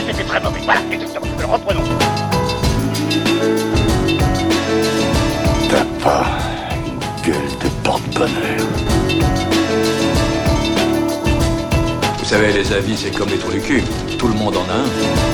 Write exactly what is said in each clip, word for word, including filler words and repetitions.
c'était très mauvais. Voilà, exactement. Alors reprenons. T'as pas une gueule de porte-bonheur. Vous savez, les avis, c'est comme les trous du cul. Tout le monde en a un.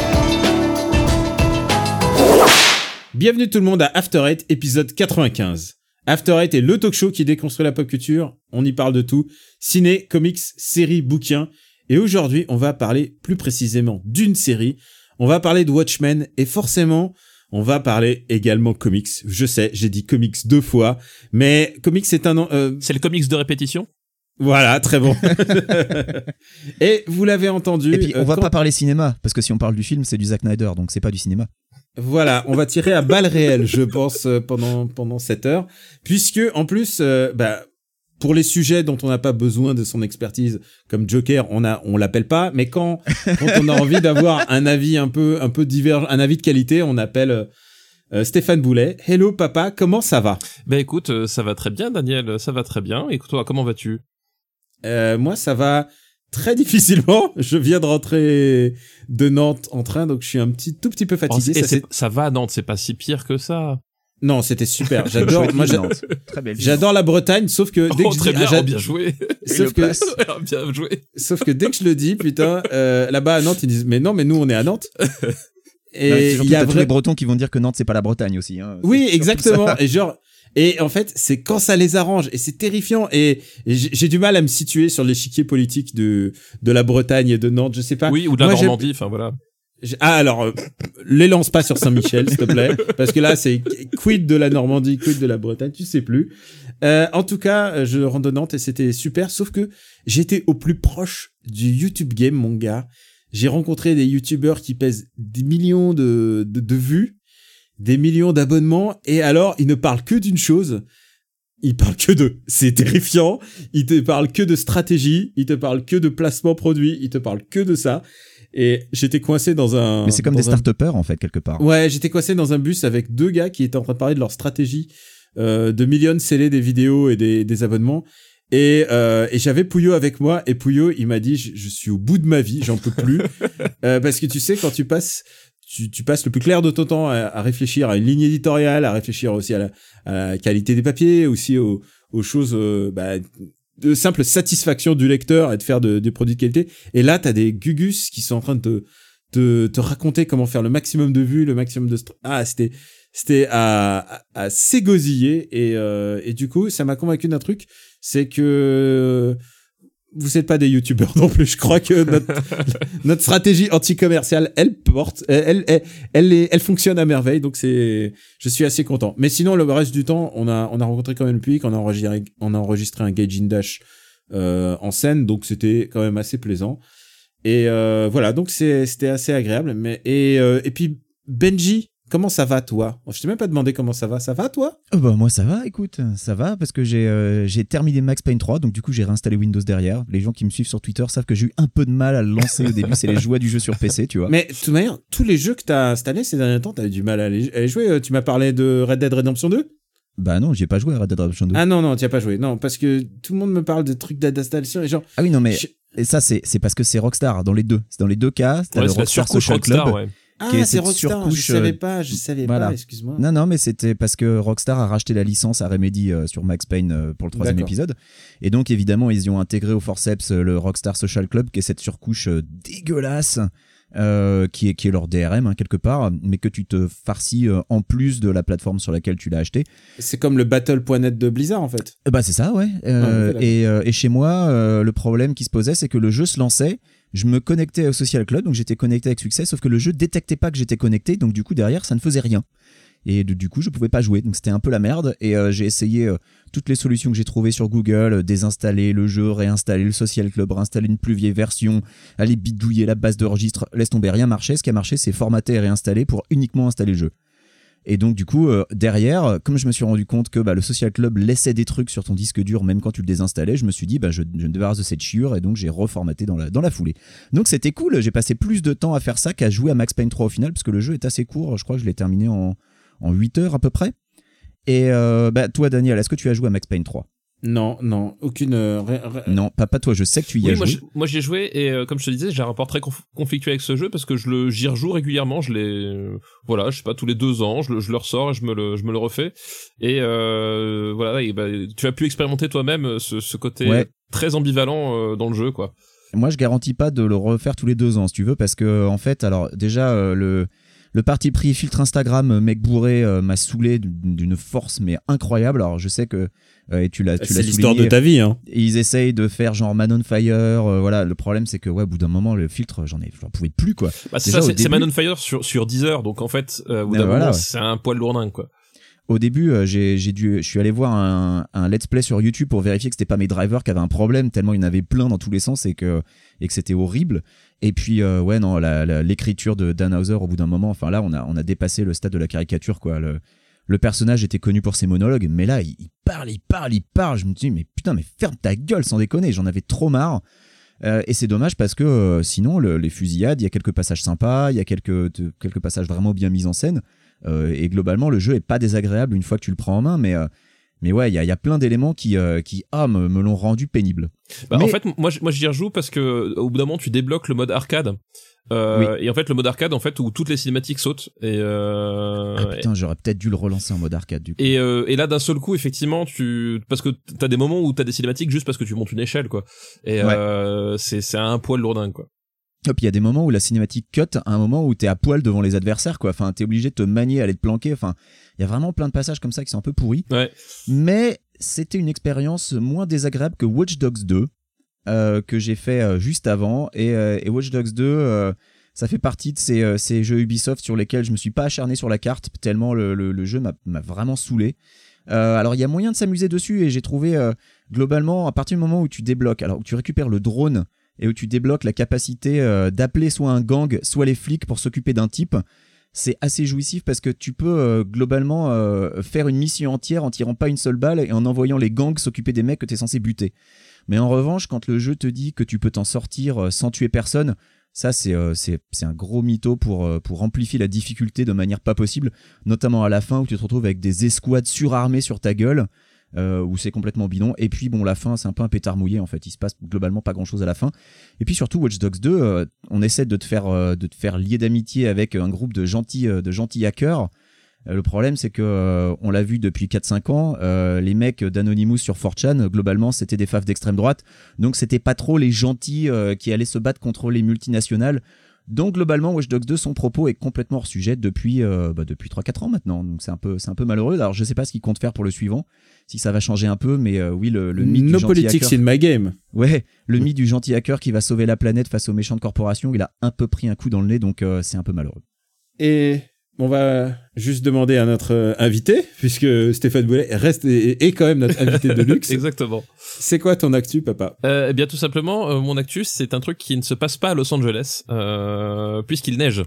Bienvenue tout le monde à After Eight, épisode quatre-vingt-quinze. After Eight est le talk show qui déconstruit la pop culture. On y parle de tout. Ciné, comics, séries, bouquins. Et aujourd'hui, on va parler plus précisément d'une série. On va parler de Watchmen et forcément, on va parler également comics. Je sais, j'ai dit comics deux fois, mais comics c'est un... Euh... C'est le comics de répétition ? Voilà, très bon. Et vous l'avez entendu... Et puis, on euh, va quand... pas parler cinéma, parce que si on parle du film, c'est du Zack Snyder, donc c'est pas du cinéma. Voilà, on va tirer à balles réelles, je pense, euh, pendant pendant cette heure, puisque en plus, euh, bah, pour les sujets dont on n'a pas besoin de son expertise, comme Joker, on a on l'appelle pas, mais quand quand on a envie d'avoir un avis un peu un peu divergent, un avis de qualité, on appelle euh, Stéphane Boulet. Hello papa, comment ça va ? Ben écoute, euh, ça va très bien, Daniel, ça va très bien. Écoute, toi, comment vas-tu ? euh, Moi, ça va. Très difficilement, je viens de rentrer de Nantes en train, donc je suis un petit tout petit peu fatigué. Oh, ça, c'est, ça va à Nantes, c'est pas si pire que ça. Non, c'était super. J'adore. moi, j'a... Très belle j'adore la Bretagne, sauf que dès oh, que très je bien, dis, ah, oh, bien joué. Sauf que, bien joué. sauf que dès que je le dis, putain, euh, là-bas à Nantes, ils disent mais non, mais nous on est à Nantes. Et il y a vrai... tous les Bretons qui vont dire que Nantes c'est pas la Bretagne aussi. Hein. Oui, exactement. Et genre. Et en fait, c'est quand ça les arrange et c'est terrifiant et, et j'ai, j'ai du mal à me situer sur l'échiquier politique de de la Bretagne et de Nantes, je sais pas. Oui, ou de la Moi, Normandie, enfin voilà. J'ai... Ah alors, euh, les lance pas sur Saint-Michel, s'il te plaît, parce que là c'est quid de la Normandie, quid de la Bretagne, tu sais plus. Euh, en tout cas, je rentre de Nantes et c'était super, sauf que j'étais au plus proche du YouTube game, mon gars. J'ai rencontré des YouTubeurs qui pèsent des millions de de, de vues. Des millions d'abonnements, et alors, ils ne parlent que d'une chose. Ils parlent que de... C'est terrifiant. Ils te parlent que de stratégie. Ils te parlent que de placement produit. Ils te parlent que de ça. Et j'étais coincé dans un... Mais c'est comme des un... start-upers, en fait, quelque part. Ouais, j'étais coincé dans un bus avec deux gars qui étaient en train de parler de leur stratégie euh, de millions scellés des vidéos et des, des abonnements. Et, euh, et j'avais Pouillot avec moi, et Pouillot, il m'a dit, je, je suis au bout de ma vie, j'en peux plus. euh, parce que tu sais, quand tu passes... Tu, tu passes le plus clair de ton temps à, à réfléchir à une ligne éditoriale, à réfléchir aussi à la, à la qualité des papiers, aussi aux, aux choses euh, bah, de simple satisfaction du lecteur et de faire de, des produits de qualité. Et là, t'as des gugus qui sont en train de te, te, te raconter comment faire le maximum de vues, le maximum de... St- ah, c'était c'était à, à, à s'égosiller. Et, euh, et du coup, ça m'a convaincu d'un truc, c'est que... Vous êtes pas des youtubeurs non plus. Je crois que notre, notre stratégie anti-commerciale, elle porte, elle, elle, elle, elle, elle fonctionne à merveille. Donc c'est, je suis assez content. Mais sinon, le reste du temps, on a, on a rencontré quand même le public, on a enregistré, on a enregistré un Gaijin Dash, euh, en scène. Donc c'était quand même assez plaisant. Et, euh, voilà. Donc c'est, c'était assez agréable. Mais, et, euh, et puis, Benji, comment ça va, toi ? Je t'ai même pas demandé comment ça va. Ça va, toi ? Oh bah moi ça va, écoute, ça va parce que j'ai euh, j'ai terminé Max Payne trois, donc du coup j'ai réinstallé Windows derrière. Les gens qui me suivent sur Twitter savent que j'ai eu un peu de mal à le lancer au début, c'est les joies du jeu sur P C, tu vois. Mais de toute manière, tous les jeux que t'as installés ces derniers temps, t'as eu du mal à les, à les jouer. Tu m'as parlé de Red Dead Redemption deux ? Bah non, j'y ai pas joué à Red Dead Redemption deux. Ah non, non, t'y as pas joué. Non, parce que tout le monde me parle de trucs d'installation et genre... Ah oui, non mais... Je... Et ça, c'est, c'est parce que c'est Rockstar, dans les deux. C'est dans les deux cas, t'as ouais, le c'est Rockstar Social Rockstar, Club. Ouais. Ah, qui est c'est cette Rockstar, surcouche, je savais pas, je savais voilà. pas, excuse-moi. Non, non, mais c'était parce que Rockstar a racheté la licence à Remedy euh, sur Max Payne euh, pour le troisième D'accord. épisode. Et donc, évidemment, ils y ont intégré au forceps euh, le Rockstar Social Club, qui est cette surcouche euh, dégueulasse, euh, qui, est, qui est leur D R M, hein, quelque part, mais que tu te farcis euh, en plus de la plateforme sur laquelle tu l'as acheté. C'est comme le battle point net de Blizzard, en fait. Euh, bah, c'est ça, ouais. Euh, ah, et, euh, et chez moi, euh, le problème qui se posait, c'est que le jeu se lançait. Je me connectais au Social Club, donc j'étais connecté avec succès, sauf que le jeu détectait pas que j'étais connecté, donc du coup derrière ça ne faisait rien. Et de, du coup je pouvais pas jouer, donc c'était un peu la merde. Et euh, j'ai essayé euh, toutes les solutions que j'ai trouvées sur Google, euh, désinstaller le jeu, réinstaller le Social Club, réinstaller une plus vieille version, aller bidouiller la base de registre, laisse tomber, rien marchait. Ce qui a marché, c'est formater et réinstaller pour uniquement installer le jeu. Et donc du coup euh, derrière, comme je me suis rendu compte que bah, le Social Club laissait des trucs sur ton disque dur même quand tu le désinstallais, je me suis dit bah, je, je me débarrasse de cette chiure, et donc j'ai reformaté dans la, dans la foulée. Donc c'était cool, j'ai passé plus de temps à faire ça qu'à jouer à Max Payne trois au final, parce que le jeu est assez court, je crois que je l'ai terminé en, en huit heures à peu près. Et euh, bah, toi Daniel, est-ce que tu as joué à Max Payne trois ? Non, non, aucune. Euh, ré, ré... Non, pas, pas toi, je sais que tu y oui, as moi, joué. je, moi j'y ai joué et euh, comme je te disais, j'ai un rapport très conf- conflictuel avec ce jeu parce que je le j'y rejoue régulièrement, je l'ai euh, voilà, je sais pas tous les deux ans, je le je le ressors et je me le je me le refais et euh, voilà, et bah, tu as pu expérimenter toi-même ce ce côté Ouais. très ambivalent euh, dans le jeu quoi. Moi, je garantis pas de le refaire tous les deux ans, si tu veux, parce que en fait, alors déjà euh, le le parti pris filtre Instagram euh, mec bourré euh, m'a saoulé d'une d'une force mais incroyable. Alors je sais que euh, et tu l'as tu l'as C'est l'histoire souligné, de ta vie, hein. ils essayent de faire genre Man on Fire, euh, voilà. Le problème c'est que ouais, au bout d'un moment, le filtre, j'en ai, j'en pouvais plus quoi. Bah c'est Déjà, ça, au c'est, c'est début- Man on Fire sur sur dix heures, donc en fait, euh, au bout Ah, d'un voilà, moment, ouais. c'est un poil lourdingue quoi. Au début, euh, j'ai, j'ai dû, je suis allé voir un, un let's play sur YouTube pour vérifier que c'était pas mes drivers qui avaient un problème, tellement il y en avait plein dans tous les sens et que, et que c'était horrible. Et puis, euh, ouais, non, la, la, l'écriture de Dan Houser, au bout d'un moment, enfin là, on a, on a dépassé le stade de la caricature, quoi. Le, le personnage était connu pour ses monologues, mais là, il, il parle, il parle, il parle. Je me dis, mais putain, mais ferme ta gueule, sans déconner. J'en avais trop marre. Euh, et c'est dommage parce que euh, sinon, le, les fusillades, il y a quelques passages sympas, il y a quelques, de, quelques passages vraiment bien mis en scène. Euh, et globalement, le jeu est pas désagréable une fois que tu le prends en main, mais euh, mais ouais, il y a, y a plein d'éléments qui euh, qui ah me, me l'ont rendu pénible. Bah, mais... En fait, moi, moi j'y rejoue parce que au bout d'un moment, tu débloques le mode arcade. Euh, Oui. Et en fait, le mode arcade, en fait, où toutes les cinématiques sautent. Et, euh, Ah putain, j'aurais peut-être dû le relancer en mode arcade du coup. et, euh, et là, d'un seul coup, effectivement, tu, parce que t'as des moments où t'as des cinématiques juste parce que tu montes une échelle, quoi. Et Ouais. euh, c'est, c'est un poil lourdingue, quoi. Hop, il y a des moments où la cinématique cut à un moment où t'es à poil devant les adversaires, quoi. Enfin, t'es obligé de te manier, aller te planquer. Enfin, il y a vraiment plein de passages comme ça qui sont un peu pourris. Ouais. Mais c'était une expérience moins désagréable que Watch Dogs deux, euh, que j'ai fait euh, juste avant. Et, euh, et Watch Dogs deux, euh, ça fait partie de ces, euh, ces jeux Ubisoft sur lesquels je me suis pas acharné sur la carte, tellement le, le, le jeu m'a, m'a vraiment saoulé. Euh, alors, il y a moyen de s'amuser dessus, et j'ai trouvé, euh, globalement, à partir du moment où tu débloques, alors où tu récupères le drone, et où tu débloques la capacité euh, d'appeler soit un gang, soit les flics pour s'occuper d'un type, c'est assez jouissif parce que tu peux euh, globalement euh, faire une mission entière en tirant pas une seule balle et en envoyant les gangs s'occuper des mecs que t'es censé buter. Mais en revanche, quand le jeu te dit que tu peux t'en sortir euh, sans tuer personne, ça c'est, euh, c'est, c'est un gros mytho pour, euh, pour amplifier la difficulté de manière pas possible, notamment à la fin où tu te retrouves avec des escouades surarmées sur ta gueule. Euh, où c'est complètement bidon, et puis bon, la fin c'est un peu un pétard mouillé en fait, il se passe globalement pas grand chose à la fin. Et puis surtout Watch Dogs deux, euh, on essaie de te faire euh, de te faire lier d'amitié avec un groupe de gentils euh, de gentils hackers. Euh, le problème c'est que euh, on l'a vu depuis quatre cinq ans, euh, les mecs d'Anonymous sur four chan, globalement c'était des faves d'extrême droite, donc c'était pas trop les gentils euh, qui allaient se battre contre les multinationales. Donc globalement, Watch Dogs deux, son propos est complètement hors sujet depuis euh, bah, depuis trois quatre ans maintenant. Donc c'est un peu c'est un peu malheureux. Alors je sais pas ce qu'il compte faire pour le suivant, si ça va changer un peu, mais euh, oui le, le mythe No du gentil politics hacker. in my game. Ouais, le mythe du gentil hacker qui va sauver la planète face aux méchantes corporations, il a un peu pris un coup dans le nez, donc euh, c'est un peu malheureux. Et on va juste demander à notre euh, invité, puisque Stéphane Boulet reste et est quand même notre invité de luxe. Exactement. C'est quoi ton actu, papa? Euh, eh bien, tout simplement, euh, mon actu, c'est un truc qui ne se passe pas à Los Angeles, euh, puisqu'il neige.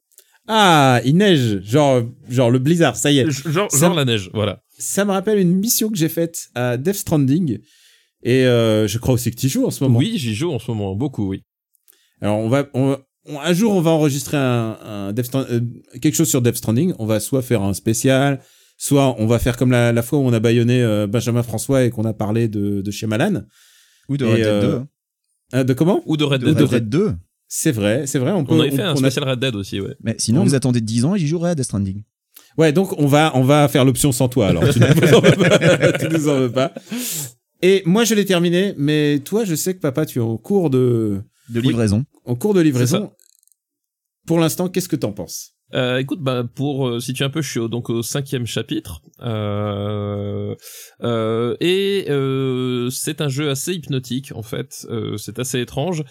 Ah, il neige, genre, genre le blizzard, ça y est. Genre, Ça- genre la neige, voilà. Ça me rappelle une mission que j'ai faite à Death Stranding, et euh, je crois aussi que tu y joues en ce moment. Oui, j'y joue en ce moment, beaucoup, oui. Alors on va, on, on- un jour on va enregistrer un, un Death Strand- euh, quelque chose sur Death Stranding. On va soit faire un spécial, soit on va faire comme la, la fois où on a bâillonné euh, Benjamin François et qu'on a parlé de, de Shyamalan. Ou de Et, Red Dead euh, deux. hein. Euh, de comment? Ou de Red De Dead. Red Dead deux. C'est vrai, c'est vrai. On, peut, On avait fait un on a- spécial Red Dead aussi, ouais. Mais sinon, On- vous attendez dix ans et j'y jouerai à Death Stranding. Ouais, donc on va, on va faire l'option sans toi. Alors tu nous en veux pas. Tu nous en veux pas. Et moi je l'ai terminé, mais toi je sais que papa tu es en cours de, De livraison. en cours de C'est livraison. Pour l'instant, qu'est-ce que t'en penses? Euh, écoute, bah pour euh, situer un peu, je suis au, donc au cinquième chapitre, euh, euh, et euh, c'est un jeu assez hypnotique en fait. Euh, c'est assez étrange.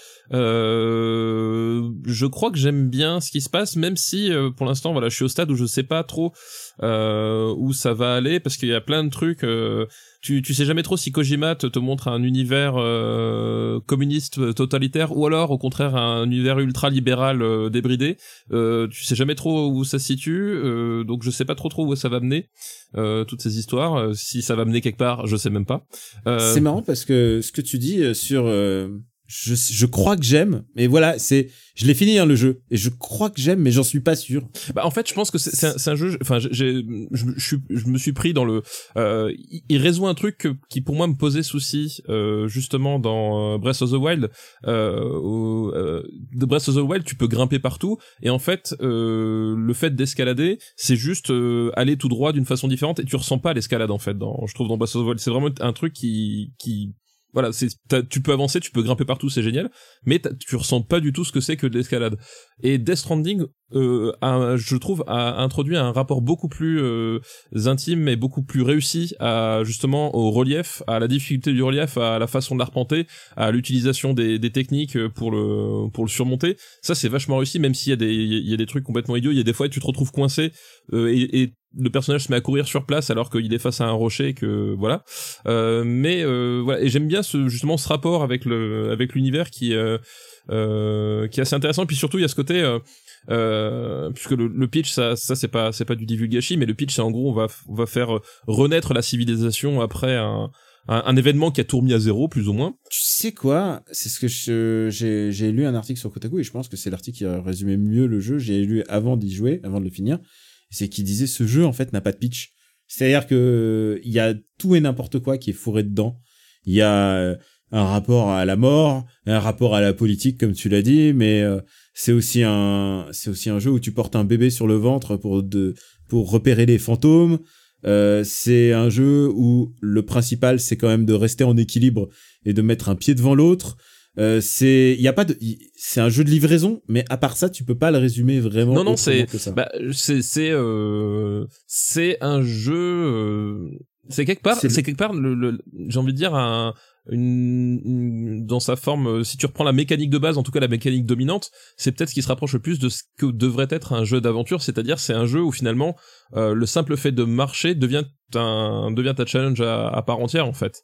Euh, je crois que j'aime bien ce qui se passe, même si euh, pour l'instant, voilà, je suis au stade où je sais pas trop euh, où ça va aller, parce qu'il y a plein de trucs. Euh, tu tu sais jamais trop si Kojima te, te montre un univers euh, communiste totalitaire ou alors au contraire un univers ultra libéral euh, débridé. Euh, tu sais jamais trop où ça se situe, euh, donc je sais pas trop trop où ça va mener euh, toutes ces histoires. Euh, si ça va mener quelque part, je sais même pas. Euh, C'est marrant parce que ce que tu dis euh, sur, euh, je, je crois que j'aime, mais voilà, c'est, je l'ai fini hein, le jeu, et je crois que j'aime, mais j'en suis pas sûr. Bah en fait, je pense que c'est, c'est, un, c'est un jeu. Enfin, j'ai, je, je, suis, je me suis pris dans le. Euh, il résout un truc que, qui pour moi me posait souci, euh, justement dans Breath of the Wild. Euh, au, euh, de Breath of the Wild, tu peux grimper partout, et en fait, euh, le fait d'escalader, c'est juste euh, aller tout droit d'une façon différente, et tu ressens pas l'escalade en fait. Dans, je trouve dans Breath of the Wild, c'est vraiment un truc qui, qui voilà, c'est, tu peux avancer, tu peux grimper partout, c'est génial, mais tu ressens pas du tout ce que c'est que de l'escalade. Et Death Stranding, euh, a, je trouve, a introduit un rapport beaucoup plus euh, intime et beaucoup plus réussi à justement au relief, à la difficulté du relief, à la façon de l'arpenter, à l'utilisation des, des techniques pour le pour le surmonter. Ça, c'est vachement réussi, même s'il y a des il y a des trucs complètement idiots. Il y a des fois où tu te retrouves coincé euh, et, et le personnage se met à courir sur place alors qu'il est face à un rocher, que voilà. Euh, mais euh, voilà, et j'aime bien ce justement ce rapport avec le avec l'univers qui euh, euh, qui est assez intéressant. Puis surtout il y a ce côté euh, euh, puisque le, le pitch ça ça c'est pas c'est pas du divulgachi, mais le pitch c'est en gros on va on va faire renaître la civilisation après un un, un événement qui a tout remis à zéro plus ou moins. Tu sais quoi, c'est ce que je, j'ai j'ai lu un article sur Kotaku et je pense que c'est l'article qui a résumé mieux le jeu. J'ai lu avant d'y jouer, avant de le finir. C'est qu'il disait ce jeu en fait n'a pas de pitch. C'est-à-dire que il y a tout et n'importe quoi qui est fourré dedans. Il y a un rapport à la mort, un rapport à la politique comme tu l'as dit, mais euh, c'est aussi un c'est aussi un jeu où tu portes un bébé sur le ventre pour de pour repérer les fantômes. Euh, c'est un jeu où le principal c'est quand même de rester en équilibre et de mettre un pied devant l'autre. Euh, c'est il y a pas de c'est un jeu de livraison, mais à part ça tu peux pas le résumer vraiment. Non non c'est que ça. bah c'est c'est euh, c'est un jeu euh, c'est quelque part c'est, c'est quelque part le, le j'ai envie de dire un une, une dans sa forme, si tu reprends la mécanique de base, en tout cas la mécanique dominante, c'est peut-être ce qui se rapproche le plus de ce que devrait être un jeu d'aventure, c'est-à-dire c'est un jeu où finalement euh, le simple fait de marcher devient un devient ta challenge à, à part entière en fait.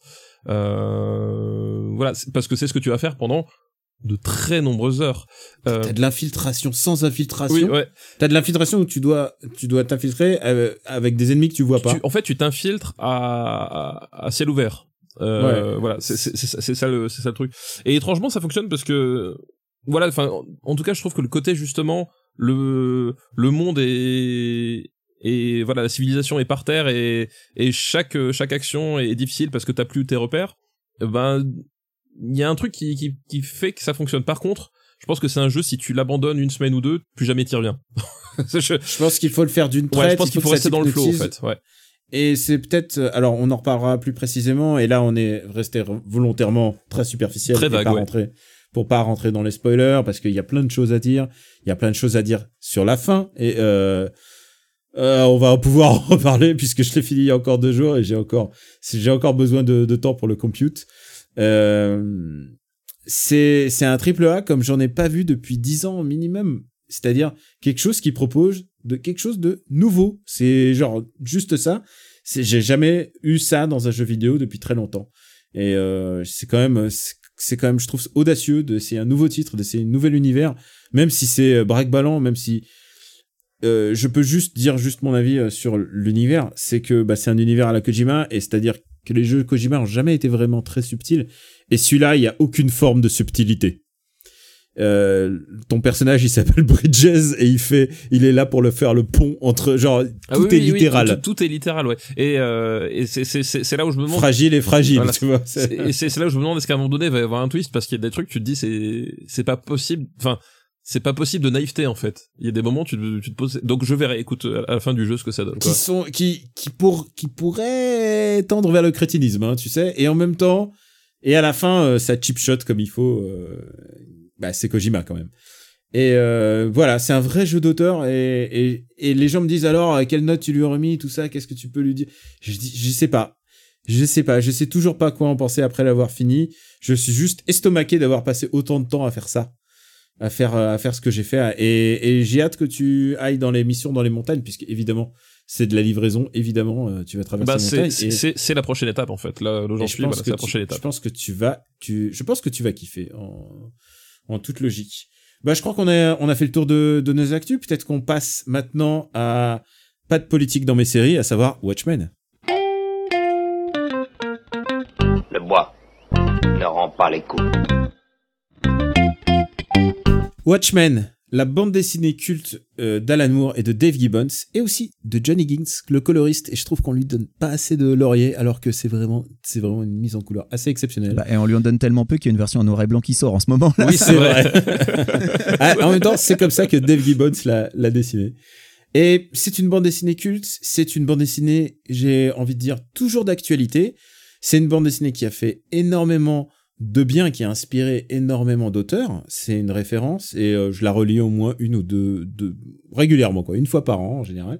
Euh, voilà, parce que c'est ce que tu vas faire pendant de très nombreuses heures. Euh... T'as de l'infiltration sans infiltration. Oui, ouais. T'as de l'infiltration où tu dois, tu dois t'infiltrer avec des ennemis que tu vois pas. Tu, en fait, tu t'infiltres à, à, à ciel ouvert. Euh, ouais. Voilà, c'est, c'est, c'est, c'est ça le, c'est ça le truc. Et étrangement, ça fonctionne parce que, voilà, enfin, en tout cas, je trouve que le côté justement, le, le monde est, et voilà, la civilisation est par terre et, et chaque, chaque action est difficile parce que t'as plus tes repères. Ben, il y a un truc qui, qui, qui fait que ça fonctionne. Par contre, je pense que c'est un jeu, si tu l'abandonnes une semaine ou deux, plus jamais t'y reviens. je... je pense qu'il faut le faire d'une traite. Ouais, je pense qu'il faut, faut rester dans le flow, en fait. Ouais. Et c'est peut-être, alors on en reparlera plus précisément, et là on est resté volontairement très superficiel, très vague, pas ouais. rentrer, pour pas rentrer dans les spoilers, parce qu'il y a plein de choses à dire, il y a plein de choses à dire sur la fin, et euh, euh, on va pouvoir en reparler puisque je l'ai fini il y a encore deux jours et j'ai encore, j'ai encore besoin de, de temps pour le compute. Euh, c'est, c'est un triple A comme j'en ai pas vu depuis dix ans au minimum. C'est-à-dire quelque chose qui propose de quelque chose de nouveau. C'est genre juste ça. C'est, j'ai jamais eu ça dans un jeu vidéo depuis très longtemps. Et euh, c'est quand même, c'est, c'est quand même, je trouve audacieux d'essayer un nouveau titre, d'essayer un nouvel univers, même si c'est braque-ballant, même si euh, je peux juste dire juste mon avis sur l'univers. C'est que bah c'est un univers à la Kojima, et c'est-à-dire que les jeux Kojima ont jamais été vraiment très subtils. Et celui-là, il y a aucune forme de subtilité. Euh, ton personnage il s'appelle Bridges et il fait il est là pour le faire le pont entre genre tout ah oui, est oui, littéral oui, tout, tout est littéral ouais et euh, et c'est c'est c'est c'est là où je me demande fragile et fragile voilà. Tu vois c'est... et c'est c'est là où je me demande est-ce qu'à un moment donné il va y avoir un twist, parce qu'il y a des trucs tu te dis c'est c'est pas possible, enfin c'est pas possible de naïveté en fait. Il y a des moments tu te, tu te poses, donc je verrai écoute à la fin du jeu ce que ça donne quoi. Qui sont qui qui pour qui pourraient tendre vers le crétinisme hein, tu sais, et en même temps et à la fin euh, ça cheap shot comme il faut. Euh... Bah, c'est Kojima quand même. Et euh, voilà, c'est un vrai jeu d'auteur et, et, et les gens me disent alors quelle note tu lui aurais mis, tout ça, qu'est-ce que tu peux lui dire? Je dis, je sais pas. Je sais pas, je sais toujours pas quoi en penser après l'avoir fini. Je suis juste estomaqué d'avoir passé autant de temps à faire ça, à faire à faire ce que j'ai fait. Et, et j'ai hâte que tu ailles dans les missions dans les montagnes, puisque évidemment c'est de la livraison, évidemment euh, tu vas traverser bah, les montagnes. C'est, et... c'est c'est la prochaine étape en fait. Là, où j'en suis, voilà, c'est la prochaine tu, étape. Je pense que tu vas, tu, je pense que tu vas kiffer en en toute logique. Bah, je crois qu'on a, on a fait le tour de, de nos actus. Peut-être qu'on passe maintenant à pas de politique dans mes séries, à savoir Watchmen. Le bois ne rend pas les coups. Watchmen, la bande dessinée culte euh, d'Alan Moore et de Dave Gibbons, et aussi de Johnny Gins, le coloriste, et je trouve qu'on lui donne pas assez de laurier, alors que c'est vraiment, c'est vraiment une mise en couleur assez exceptionnelle. Bah, et on lui en donne tellement peu qu'il y a une version en noir et blanc qui sort en ce moment. Là. Oui, c'est vrai. Ah, en même temps, c'est comme ça que Dave Gibbons l'a, l'a dessiné. Et c'est une bande dessinée culte, c'est une bande dessinée, j'ai envie de dire, toujours d'actualité. C'est une bande dessinée qui a fait énormément de bien, qui a inspiré énormément d'auteurs. C'est une référence et euh, je la relis au moins une ou deux, deux régulièrement, quoi, une fois par an en général.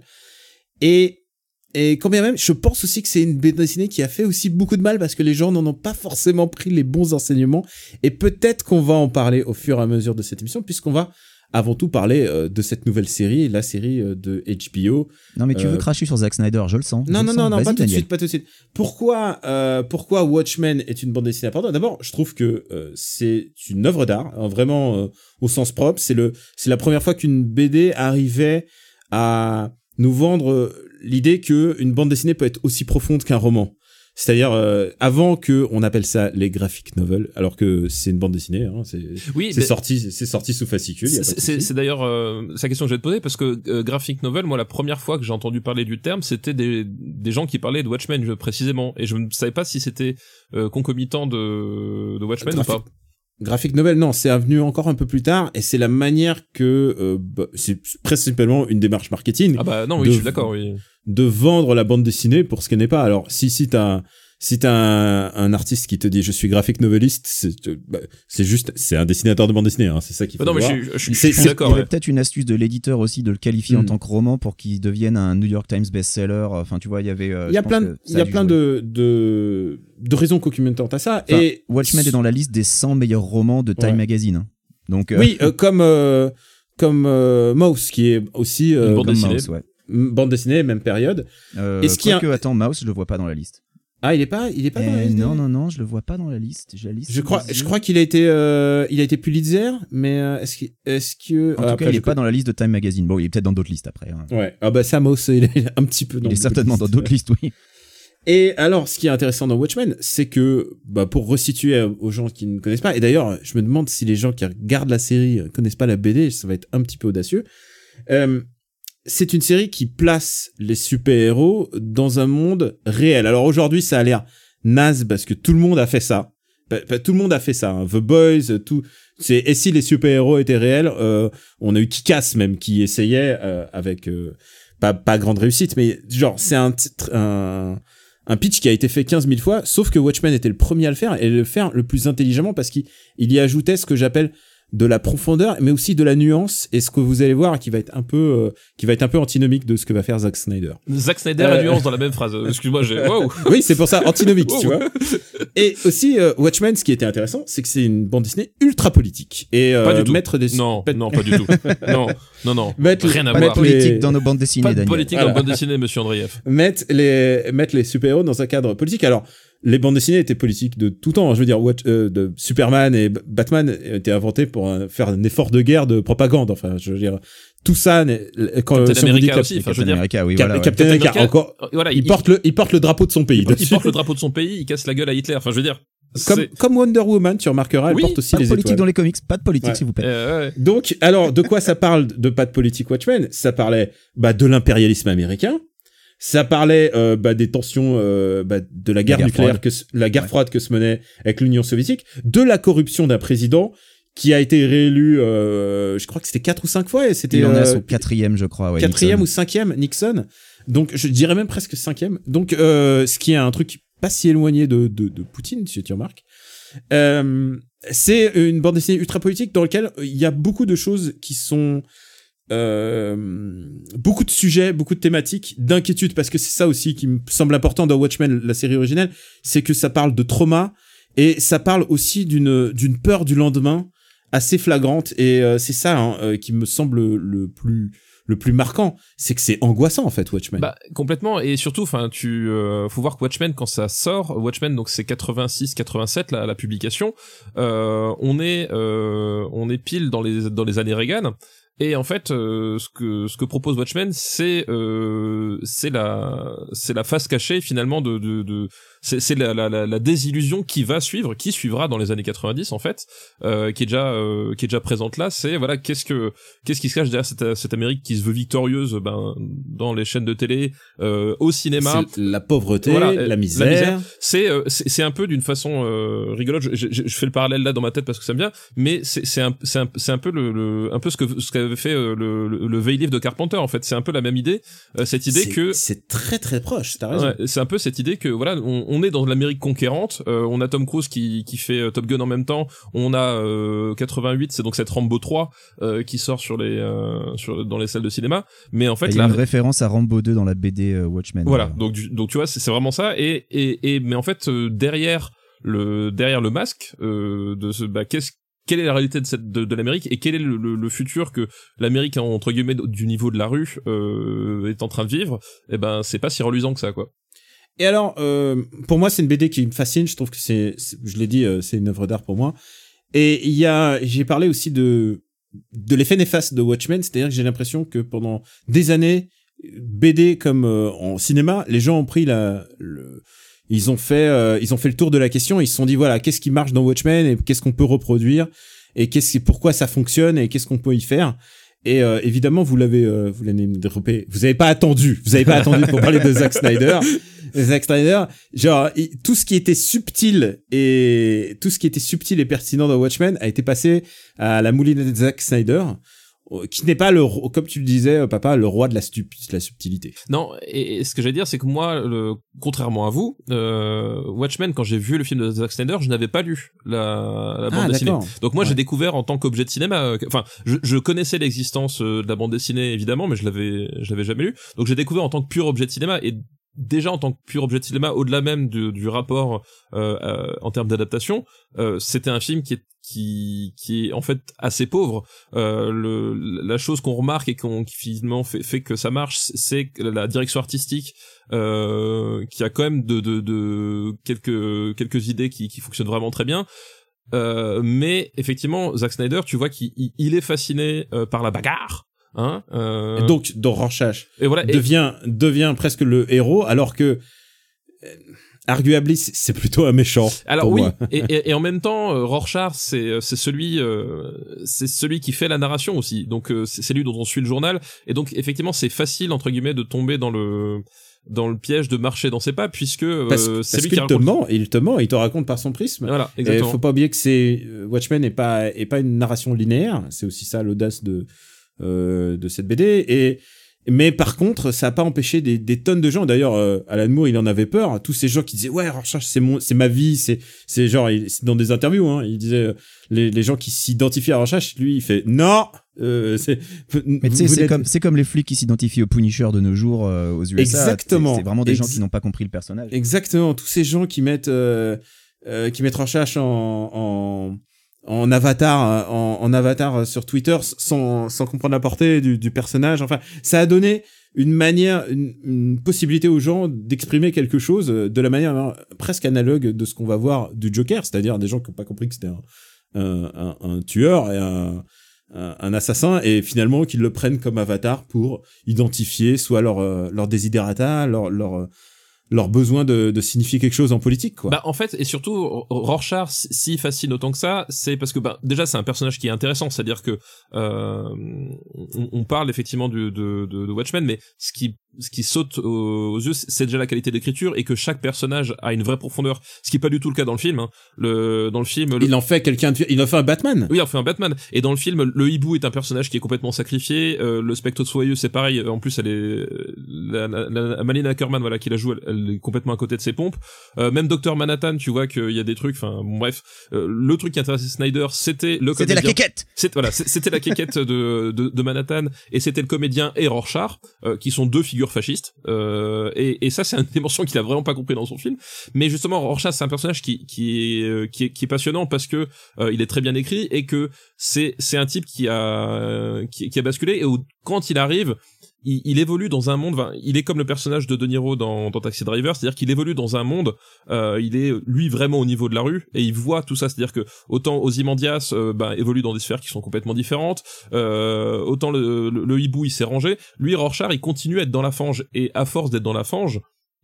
Et et quand bien même, je pense aussi que c'est une bande dessinée qui a fait aussi beaucoup de mal parce que les gens n'en ont pas forcément pris les bons enseignements. Et peut-être qu'on va en parler au fur et à mesure de cette émission, puisqu'on va avant tout parler euh, de cette nouvelle série, la série euh, de H B O. Non mais tu euh... veux cracher sur Zack Snyder, je le sens. Non, je non, le non, sens. non, Vas-y, pas tout de Daniel. suite, pas tout de suite. Pourquoi, euh, pourquoi Watchmen est une bande dessinée importante? D'abord, je trouve que euh, c'est une œuvre d'art, hein, vraiment euh, au sens propre. C'est le, c'est la première fois qu'une B D arrivait à nous vendre euh, l'idée que une bande dessinée peut être aussi profonde qu'un roman. C'est-à-dire euh, avant que on appelle ça les graphic novels, alors que c'est une bande dessinée, hein, c'est Oui, c'est mais- sorti, c'est sorti sous fascicule. y a pas de C'est, c'est, souci. c'est d'ailleurs euh, c'est la question que je vais te poser parce que euh, graphic novel, moi la première fois que j'ai entendu parler du terme, c'était des des gens qui parlaient de Watchmen je- précisément, et je ne savais pas si c'était euh, concomitant de de Watchmen Graphic- ou pas. Graphic novel, non, c'est venu encore un peu plus tard, et c'est la manière que euh, bah, c'est principalement une démarche marketing Ah bah non, oui, de- je suis d'accord, oui. de vendre la bande dessinée pour ce qu'elle n'est pas. Alors si si t'as si t'as un, un artiste qui te dit je suis graphic noveliste, c'est euh, bah, c'est juste c'est un dessinateur de bande dessinée, hein, c'est ça qu'il faut Bah non, mais voir. je, suis- je, suis- C'est- je suis c'est- d'accord. Il y avait ouais. peut-être une astuce de l'éditeur aussi de le qualifier en Mm. tant que roman pour qu'il devienne un New York Times best-seller. Enfin, tu vois, il y avait. euh, Il y a je pense plein, que de, ça il y a dû plein jouer. de, de, de raisons concomitantes à ça. Enfin, et Watchmen est dans la liste des cent meilleurs romans de Time Ouais. Magazine. hein. Donc, euh, oui, euh, comme euh, comme euh, Mouse, qui est aussi euh, Une bande comme dessinée. Mouse, ouais. m- bande dessinée, même période. Euh, Est-ce qu'il y a- quoique, attends, Mouse, je le vois pas dans la liste. Ah, il est pas, il est pas dans la Eh, liste. non, des- non, non, je le vois pas dans la liste. J'ai la liste. Je sous crois, les je yeux. crois qu'il a été, euh, il a été Pulitzer, mais euh, est-ce que, est-ce que, En ah, tout après, cas, il je est pas co- dans la liste de Time Magazine. Bon, il est peut-être dans d'autres listes après. hein. Ouais. Ah bah ça, Mouse, il est un petit peu dans Il est beaucoup de certainement dans listes. d'autres listes, oui. Et alors, ce qui est intéressant dans Watchmen, c'est que, bah, pour resituer aux gens qui ne connaissent pas, et d'ailleurs, je me demande si les gens qui regardent la série connaissent pas la B D, ça va être un petit peu audacieux. Euh, c'est une série qui place les super-héros dans un monde réel. Alors aujourd'hui, ça a l'air naze parce que tout le monde a fait ça. Bah, bah, tout le monde a fait ça. Hein. The Boys, tout. C'est et si les super-héros étaient réels, euh, on a eu Kick-Ass même qui essayait euh, avec euh, pas pas grande réussite, mais genre c'est un titre un un pitch qui a été fait quinze mille fois, sauf que Watchmen était le premier à le faire et le faire le plus intelligemment parce qu'il il y ajoutait ce que j'appelle de la profondeur, mais aussi de la nuance, et ce que vous allez voir qui va être un peu, euh, qui va être un peu antinomique de ce que va faire Zack Snyder. Zack Snyder Euh, et nuance dans la même phrase. Excuse-moi, j'ai. Waouh. Oui, c'est pour ça, antinomique, Wow. tu vois. Et aussi, euh, Watchmen, ce qui était intéressant, c'est que c'est une bande dessinée ultra politique. Et euh, Pas du tout. mettre des... Non, met- non, pas du tout. Non, non, non. Mettre- Rien à Pas mettre voir. de politique les- dans nos bandes dessinées, Pas de Daniel. politique dans Voilà. la bande dessinée, monsieur Andreev. mettre les mettre les super-héros dans un cadre politique. Alors, les bandes dessinées étaient politiques de tout temps. Je veux dire, Watch, euh, de Superman et B- Batman étaient inventés pour euh, faire un effort de guerre de propagande. Enfin, je veux dire, tout ça. n'est- Quand Captain si on vous America dit aussi, Cap- enfin, je Captain veux dire. America, oui, Cap- voilà. ouais. Captain Captain America, America, encore, Voilà, il, porte le il porte le drapeau de son pays. il, il dessus. porte le drapeau de son pays, il casse la gueule à Hitler. Enfin, je veux dire. Comme c'est- comme Wonder Woman, tu remarqueras, elle Oui, porte aussi Pas de les politique étoiles. dans les comics, pas de politique, Ouais. s'il vous plaît. Euh, ouais. Donc, alors, de quoi ça parle de pas de politique Watchmen? Ça parlait bah, de l'impérialisme américain. Ça parlait euh, bah, des tensions euh, bah, de la guerre guerre nucléaire, froide. que se- la guerre Ouais. froide que se menait avec l'Union soviétique, de la corruption d'un président qui a été réélu, euh, je crois que c'était quatre ou cinq fois, et c'était Il en est à euh, son quatrième, je crois. Ouais, quatrième Nixon. ou cinquième Nixon. Donc, je dirais même presque cinquième. Donc, euh, ce qui est un truc pas si éloigné de, de, de Poutine, si tu remarques. Euh, c'est une bande dessinée ultra politique dans laquelle il y a beaucoup de choses qui sont euh, beaucoup de sujets, beaucoup de thématiques, d'inquiétude, parce que c'est ça aussi qui me semble important dans Watchmen, la série originelle, c'est que ça parle de trauma et ça parle aussi d'une d'une peur du lendemain assez flagrante, et euh, c'est ça hein, euh, qui me semble le plus le plus marquant, c'est que c'est angoissant en fait Watchmen. Bah complètement, et surtout enfin tu euh, faut voir que Watchmen quand ça sort, Watchmen donc c'est quatre-vingt-six quatre-vingt-sept la, la publication, euh, on est euh, on est pile dans les dans les années Reagan. Et en fait, euh, ce que ce que propose Watchmen, c'est euh, c'est la c'est la face cachée finalement de de, de c'est c'est la, la la la désillusion qui va suivre, qui suivra dans les années quatre-vingt-dix en fait, euh, qui est déjà euh, qui est déjà présente là. C'est voilà qu'est-ce que qu'est-ce qui se cache derrière cette cette Amérique qui se veut victorieuse, ben dans les chaînes de télé, euh, au cinéma. C'est la pauvreté, voilà, la, la misère. misère. C'est euh, c'est c'est un peu d'une façon euh, rigolote. Je, je, je fais le parallèle là dans ma tête parce que ça me vient, mais c'est c'est un c'est un c'est un peu le, le un peu ce que ce qu'avait fait euh, le le, le Veil Livre de Carpenter en fait. C'est un peu la même idée, euh, cette idée c'est, que c'est très très proche. T'as raison. Ouais, c'est un peu cette idée que voilà, on, on est dans l'Amérique conquérante. Euh, on a Tom Cruise qui qui fait euh, Top Gun en même temps. On a euh, quatre-vingt-huit, c'est donc cette Rambo trois euh, qui sort sur les euh, sur dans les salles de cinéma. Mais en fait, il y a la... une référence à Rambo deux dans la B D euh, Watchmen. Voilà, d'ailleurs. donc du, donc tu vois, c'est, c'est vraiment ça. Et et et mais en fait, euh, derrière le derrière le masque euh, de ce bah qu'est-ce quelle est la réalité de cette de, de l'Amérique et quel est le, le, le futur que l'Amérique entre guillemets du niveau de la rue euh, est en train de vivre? Eh ben c'est pas si reluisant que ça quoi. Et alors, euh, pour moi, c'est une B D qui me fascine. Je trouve que c'est, c'est je l'ai dit, euh, c'est une œuvre d'art pour moi. Et il y a, j'ai parlé aussi de de l'effet néfaste de Watchmen, c'est-à-dire que j'ai l'impression que pendant des années, B D comme euh, en cinéma, les gens ont pris la le Ils ont fait, euh, ils ont fait le tour de la question. Ils se sont dit voilà, qu'est-ce qui marche dans Watchmen et qu'est-ce qu'on peut reproduire et qu'est-ce, pourquoi ça fonctionne et qu'est-ce qu'on peut y faire. Et euh, évidemment, vous l'avez, euh, vous l'avez développé. Vous avez pas attendu. Vous avez pas attendu pour parler de Zack Snyder. Zack Snyder, genre il, tout ce qui était subtil et tout ce qui était subtil et pertinent dans Watchmen a été passé à la moulinette de Zack Snyder, qui n'est pas le, comme tu le disais, papa, le roi de la, stup- la subtilité. Non, et, et ce que j'allais dire, c'est que moi, le, contrairement à vous, euh, Watchmen, quand j'ai vu le film de Zack Snyder, je n'avais pas lu la, la bande Ah, dessinée. d'accord. Donc moi, Ouais. j'ai découvert en tant qu'objet de cinéma. euh, Enfin, je, je connaissais l'existence euh, de la bande dessinée évidemment, mais je l'avais, je l'avais jamais lu. Donc j'ai découvert en tant que pur objet de cinéma et déjà en tant que pur objet de cinéma, au-delà même du, du rapport euh, euh, en termes d'adaptation, euh, c'était un film qui est qui qui est en fait assez pauvre. Euh, le la chose qu'on remarque et qu'on qui finalement fait fait que ça marche, c'est que la direction artistique euh, qui a quand même de de de quelques quelques idées qui qui fonctionnent vraiment très bien. Euh, mais effectivement, Zack Snyder, tu vois qu'il il, il est fasciné euh, par la bagarre. Hein, euh... Et donc, dans Rorschach, et voilà, et... devient devient presque le héros, alors que euh, arguably c'est plutôt un méchant. Alors pour oui, moi. et, et, et en même temps, euh, Rorschach, c'est c'est celui euh, c'est celui qui fait la narration aussi. Donc euh, c'est, c'est lui dont on suit le journal. Et donc effectivement, c'est facile entre guillemets de tomber dans le dans le piège de marcher dans ses pas, puisque euh, parce, c'est parce lui qu'il qui te raconte. ment, il te ment, il te raconte par son prisme. Voilà, Et exactement. faut pas oublier que c'est Watchmen n'est pas est pas une narration linéaire. C'est aussi ça l'audace de euh, de cette B D. Et mais par contre, ça a pas empêché des, des tonnes de gens. D'ailleurs, euh, Alan Moore, il en avait peur. Tous ces gens qui disaient ouais, Rorschach, c'est mon, c'est ma vie, c'est, c'est genre, il, c'est dans des interviews, hein, il disait euh, les, les gens qui s'identifient à Rorschach, lui, il fait non. Euh, c'est. Mais tu sais, c'est comme, c'est comme les flics qui s'identifient au Punisher de nos jours euh, aux U S A. Exactement. C'est, c'est vraiment des Ex- gens qui n'ont pas compris le personnage. Exactement. Tous ces gens qui mettent, euh, euh, qui mettent Rorschach en, en en avatar en, en avatar sur Twitter sans sans comprendre la portée du, du personnage. Enfin, ça a donné une manière, une, une possibilité aux gens d'exprimer quelque chose de la manière hein, presque analogue de ce qu'on va voir du Joker, c'est-à-dire des gens qui n'ont pas compris que c'était un, un, un, un tueur et un, un, un assassin et finalement qu'ils le prennent comme avatar pour identifier soit leur leur desiderata, leur leur leur besoin de, de signifier quelque chose en politique, quoi. Bah en fait, et surtout Rorschach si fascine autant que ça, c'est parce que bah déjà c'est un personnage qui est intéressant, c'est-à-dire que euh, on, on parle effectivement de, de, de, de Watchmen, mais ce qui ce qui saute aux, aux yeux, c'est déjà la qualité d'écriture et que chaque personnage a une vraie profondeur, ce qui est pas du tout le cas dans le film. Hein. Le dans le film, le... il en fait quelqu'un, de... il en fait un Batman. Oui, il en fait un Batman. Et dans le film, le hibou est un personnage qui est complètement sacrifié. Euh, le Spectre Soyeux, c'est pareil. En plus, elle est la, la, la Malina Ackerman, voilà, qui la joue, elle, elle est complètement à côté de ses pompes. Euh, même Docteur Manhattan, tu vois qu'il y a des trucs. Enfin, bon, bref, euh, le truc qui intéressait Snyder, c'était le C'était comédien. la quéquette. C'est, voilà, c'était la quéquette de, de, de Manhattan, et c'était le comédien et Rorschach, euh, qui sont deux figures fascistes. Euh, et, et ça, c'est une dimension qu'il a vraiment pas compris dans son film. Mais justement, Rorschach, c'est un personnage qui, qui est, qui est, qui est passionnant parce que euh, il est très bien écrit et que c'est, c'est un type qui a, qui, qui a basculé et où, quand il arrive, il, il évolue dans un monde, enfin, il est comme le personnage de De Niro dans, dans Taxi Driver, c'est-à-dire qu'il évolue dans un monde, euh, il est lui vraiment au niveau de la rue et il voit tout ça, c'est-à-dire que autant Ozymandias euh, bah, évolue dans des sphères qui sont complètement différentes, euh, autant le, le, le hibou il s'est rangé, lui Rorschach il continue à être dans la fange et à force d'être dans la fange,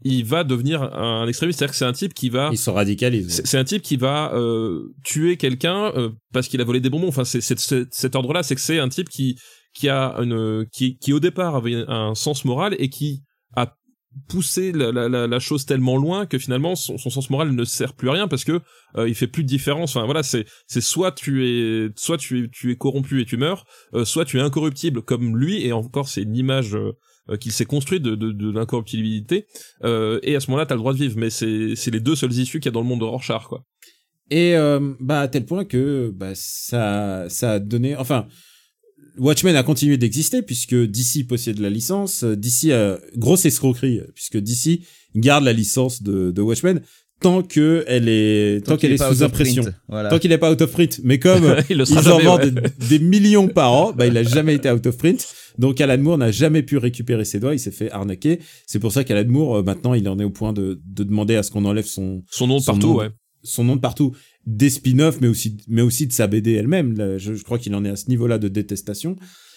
il va devenir un extrémiste. C'est-à-dire que c'est un type qui va... Ils se radicalisent. C'est, c'est un type qui va euh, tuer quelqu'un euh, parce qu'il a volé des bonbons. Enfin, c'est, c'est, c'est cet ordre-là, c'est que c'est un type qui qui a une qui qui au départ avait un sens moral et qui a poussé la, la, la, la chose tellement loin que finalement son, son sens moral ne sert plus à rien parce que euh, il fait plus de différence. Enfin voilà, c'est c'est soit tu es soit tu es tu es corrompu et tu meurs, euh, soit tu es incorruptible comme lui. Et encore, c'est une image euh, qu'il s'est construite de de, de l'incorruptibilité. Euh, et à ce moment-là, t'as le droit de vivre. Mais c'est c'est les deux seules issues qu'il y a dans le monde de Rorschach, quoi. Et euh, bah à tel point que bah ça ça a donné, enfin. Watchmen a continué d'exister puisque D C possède la licence. D C a grosse escroquerie puisque D C garde la licence de, de Watchmen tant que elle est tant, tant qu'elle est, est sous impression, voilà. Tant qu'il n'est pas out of print. Mais comme ils en jamais, vendent ouais. des, des millions par an, bah il a jamais été out of print. Donc Alan Moore n'a jamais pu récupérer ses droits. Il s'est fait arnaquer. C'est pour ça qu'Alan Moore euh, maintenant il en est au point de, de demander à ce qu'on enlève son son nom de son partout, nom, ouais. Son nom de partout. Des spin-offs, mais aussi mais aussi de sa B D elle-même. Là, je, je crois qu'il en est à ce niveau-là de détestation.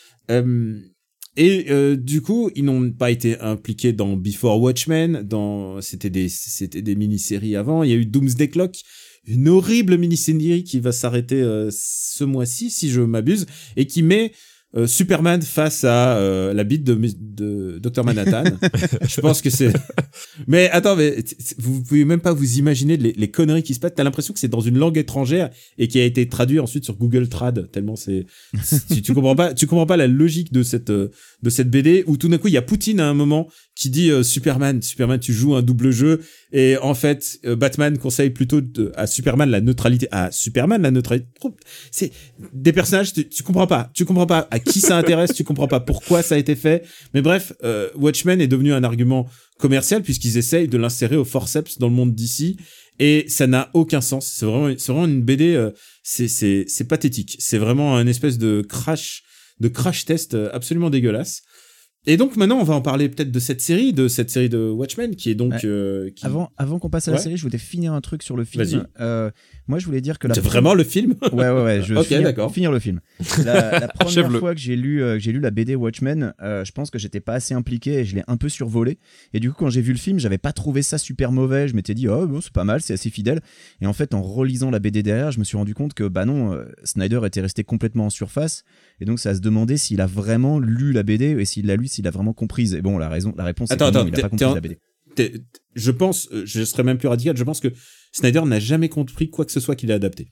Euh, et euh, du coup, ils n'ont pas été impliqués dans Before Watchmen, dans c'était des c'était des mini-séries avant. Il y a eu Doomsday Clock, une horrible mini-série qui va s'arrêter euh, ce mois-ci, si je m'abuse, et qui met euh, Superman face à euh, la bite de, de Docteur Manhattan. Je pense que c'est. Mais attends, mais vous pouvez même pas vous imaginer les, les conneries qui se passent. T'as l'impression que c'est dans une langue étrangère et qui a été traduit ensuite sur Google Trad. Tellement c'est. tu, tu comprends pas, tu comprends pas la logique de cette de cette B D où tout d'un coup il y a Poutine à un moment qui dit euh, Superman, Superman, tu joues un double jeu et en fait euh, Batman conseille plutôt de, à Superman la neutralité, à Superman la neutralité. C'est des personnages, tu, tu comprends pas, tu comprends pas à qui ça intéresse, tu comprends pas pourquoi ça a été fait. Mais bref, euh, Watchmen est devenu un argument commercial puisqu'ils essayent de l'insérer au forceps dans le monde D C et ça n'a aucun sens. C'est vraiment, c'est vraiment une B D, euh, c'est c'est c'est pathétique. C'est vraiment un espèce de crash, de crash test absolument dégueulasse. Et donc maintenant on va en parler peut-être de cette série, de cette série de Watchmen qui est donc. Ouais. Euh, qui... Avant, avant qu'on passe à la ouais. série, je voulais finir un truc sur le film. Euh, moi, je voulais dire que la. C'est première... vraiment le film. Ouais, ouais, ouais. Je veux okay, finir, d'accord. finir le film. La, la première fois que j'ai lu, euh, que j'ai lu la B D Watchmen, euh, je pense que j'étais pas assez impliqué et je l'ai un peu survolé. Et du coup, quand j'ai vu le film, j'avais pas trouvé ça super mauvais. Je m'étais dit, oh, bon, c'est pas mal, c'est assez fidèle. Et en fait, en relisant la B D derrière, je me suis rendu compte que, bah non, euh, Snyder était resté complètement en surface. Et donc, ça a se demander s'il a vraiment lu la B D et s'il l'a lu, s'il a vraiment comprise. Et bon, la raison, la réponse attends, est que non, attends, il a pas compris en... la B D. T'es... Je pense, je serais même plus radical, je pense que Snyder n'a jamais compris quoi que ce soit qu'il a adapté.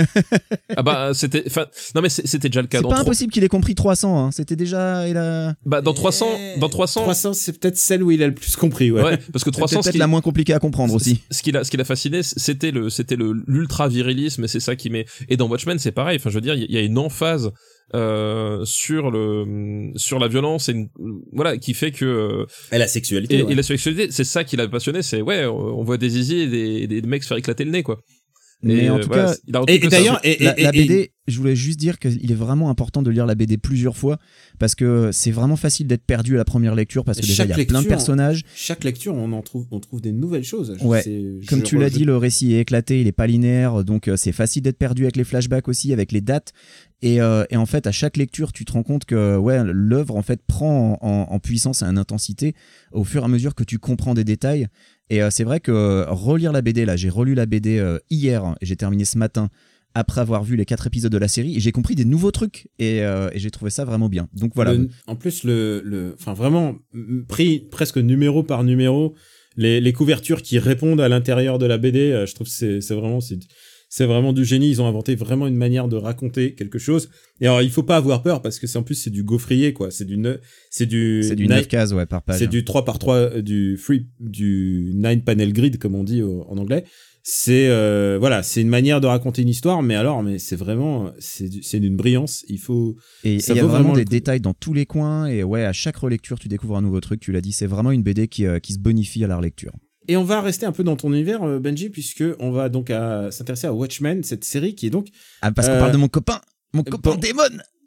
Ah bah c'était, enfin non mais c'était déjà le cas. C'est dans pas trois... impossible qu'il ait compris trois cents. Hein. C'était déjà il a. Bah dans trois cents, dans trois cents. trois cents c'est peut-être celle où il a le plus compris, ouais. Ouais, parce que trois cents c'est peut-être la moins compliquée à comprendre aussi. Ce qui l'a, ce qui l'a fasciné, c'était le, c'était le l'ultra virilisme et c'est ça qui met. Et dans Watchmen c'est pareil. Enfin je veux dire il y a une emphase. Euh, sur le sur la violence et une, voilà qui fait que euh, et la sexualité et, ouais. et la sexualité c'est ça qui l'a passionné, c'est ouais on voit des zizi et des, des mecs se faire éclater le nez quoi. Mais et en tout voilà, cas, il a et, et d'ailleurs, et, la, et, la et, B D, je voulais juste dire qu'il est vraiment important de lire la B D plusieurs fois parce que c'est vraiment facile d'être perdu à la première lecture parce que déjà il y a lecture, plein de personnages. Chaque lecture, on en trouve, on trouve des nouvelles choses. Ouais. C'est, Comme je, tu je, l'as je... dit, le récit est éclaté, il est pas linéaire, donc euh, c'est facile d'être perdu avec les flashbacks aussi, avec les dates. Et, euh, et en fait, à chaque lecture, tu te rends compte que ouais, l'œuvre en fait prend en, en, en puissance et en intensité au fur et à mesure que tu comprends des détails. Et euh, c'est vrai que euh, relire la B D, là, j'ai relu la B D euh, hier hein, et j'ai terminé ce matin après avoir vu les quatre épisodes de la série et j'ai compris des nouveaux trucs et, euh, et j'ai trouvé ça vraiment bien. Donc voilà. Le, en plus, le, le, enfin vraiment pris presque numéro par numéro, les, les couvertures qui répondent à l'intérieur de la B D, euh, je trouve que c'est, c'est vraiment c'est C'est vraiment du génie. Ils ont inventé vraiment une manière de raconter quelque chose. Et alors, il faut pas avoir peur parce que c'est en plus c'est du gaufrier quoi. C'est du ne... c'est du c'est du neuf cases ouais par page. C'est du trois par trois du free du nine panel grid comme on dit au, en anglais. C'est euh, voilà, c'est une manière de raconter une histoire, mais alors mais c'est vraiment c'est du, c'est d'une brillance. Il faut et il y a vraiment des détails dans tous les coins et ouais à chaque relecture tu découvres un nouveau truc. Tu l'as dit, c'est vraiment une B D qui euh, qui se bonifie à la relecture. Et on va rester un peu dans ton univers, Benji, puisque on va donc à s'intéresser à Watchmen, cette série qui est donc... Ah, parce euh... qu'on parle de mon copain, mon copain bon, Damon.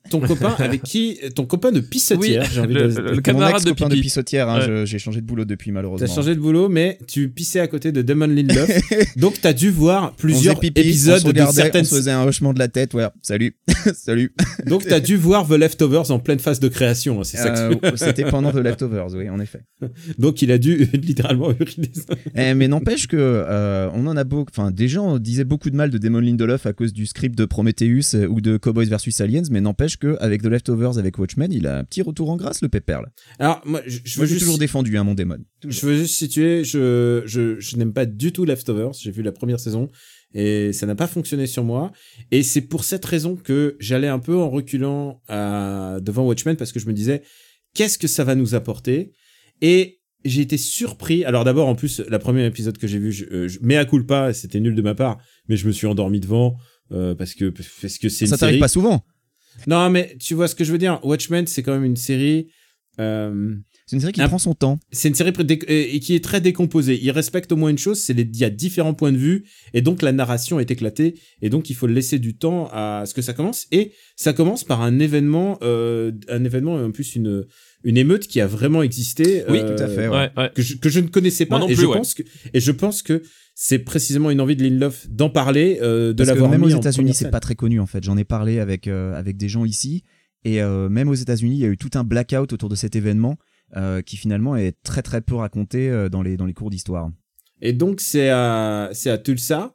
ton copain avec qui, ton copain de pissotière, Oui, j'ai envie le- de le- Mon camarade de ex-copain de pipi. pissotière, hein, Ouais. je- j'ai changé de boulot depuis malheureusement. T'as changé de boulot, mais tu pissais à côté de Damon Lindelof. Donc t'as dû voir On plusieurs faisait pipi, épisodes on se de regardait, certaines. on se faisait un hochement de la tête, ouais. Salut, salut. Donc t'as dû voir The Leftovers en pleine phase de création. Hein, c'est ça que Euh, C'était pendant The Leftovers, oui, en effet. Donc il a dû littéralement uriner ça. Eh, mais n'empêche que euh, on en a beaucoup. Enfin, des gens disaient beaucoup de mal de Damon Lindelof à cause du script de Prometheus euh, ou de Cowboys versus Aliens, mais n'empêche que avec The Leftovers, avec Watchmen, il a un petit retour en grâce, le pépère. Là. Alors moi, je, je Moi, veux j'ai juste, toujours défendu hein, mon Damon. je veux juste situer. Je, je, je n'aime pas du tout Leftovers. J'ai vu la première saison et ça n'a pas fonctionné sur moi. Et c'est pour cette raison que j'allais un peu en reculant à, devant Watchmen parce que je me disais qu'est-ce que ça va nous apporter. Et j'ai été surpris. Alors d'abord, en plus, la première épisode que j'ai vu, je, euh, je, mea culpa, c'était nul de ma part, mais je me suis endormi devant euh, parce que parce que c'est Ça une t'arrive série. pas souvent. Non, mais tu vois ce que je veux dire. Watchmen, c'est quand même une série. Euh, C'est une série qui Un- prend son temps. c'est une série pré- dé- euh, et qui est très décomposée. Il respecte au moins une chose, c'est les, il y a différents points de vue et donc la narration est éclatée et donc il faut laisser du temps à ce que ça commence et ça commence par un événement, euh, un événement en plus une une émeute qui a vraiment existé. Oui, euh, tout à fait. Ouais, ouais. Que je, que je ne connaissais pas Moi non et plus, je ouais. pense que et je pense que c'est précisément une envie de Lindelof d'en parler, euh, de Parce que l'avoir même mis aux en États-Unis, première c'est scène. pas très connu en fait. J'en ai parlé avec euh, avec des gens ici et euh, même aux États-Unis, il y a eu tout un blackout autour de cet événement euh, qui finalement est très très peu raconté euh, dans les dans les cours d'histoire. Et donc c'est à c'est à Tulsa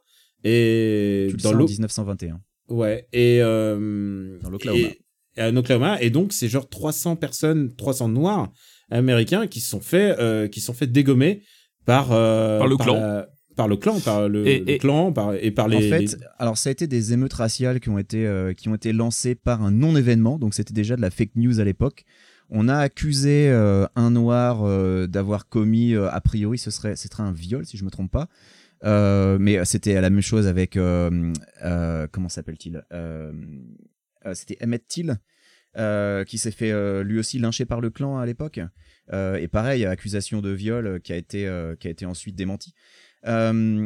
et Tulsa dans en l'eau. dix-neuf cent vingt et un. Ouais, et euh, Dans l'Oklahoma. Et, et en Oklahoma, et donc c'est genre trois cents personnes, trois cents noirs américains qui se sont fait, euh, qui se sont fait dégommer par euh, Par le clan. la- par le clan, par le, Et- le et- clan, par et par les. En fait, les- alors ça a été des émeutes raciales qui ont été euh, qui ont été lancées par un non-événement, donc c'était déjà de la fake news à l'époque. On a accusé euh, un noir euh, d'avoir commis, euh, a priori, ce serait, ce serait un viol si je me trompe pas. Euh, mais c'était la même chose avec euh, euh, comment s'appelle-t-il euh, euh, C'était Emmett Till euh, qui s'est fait euh, lui aussi lyncher par le clan à l'époque. Euh, et pareil, accusation de viol euh, qui a été euh, qui a été ensuite démentie. Euh,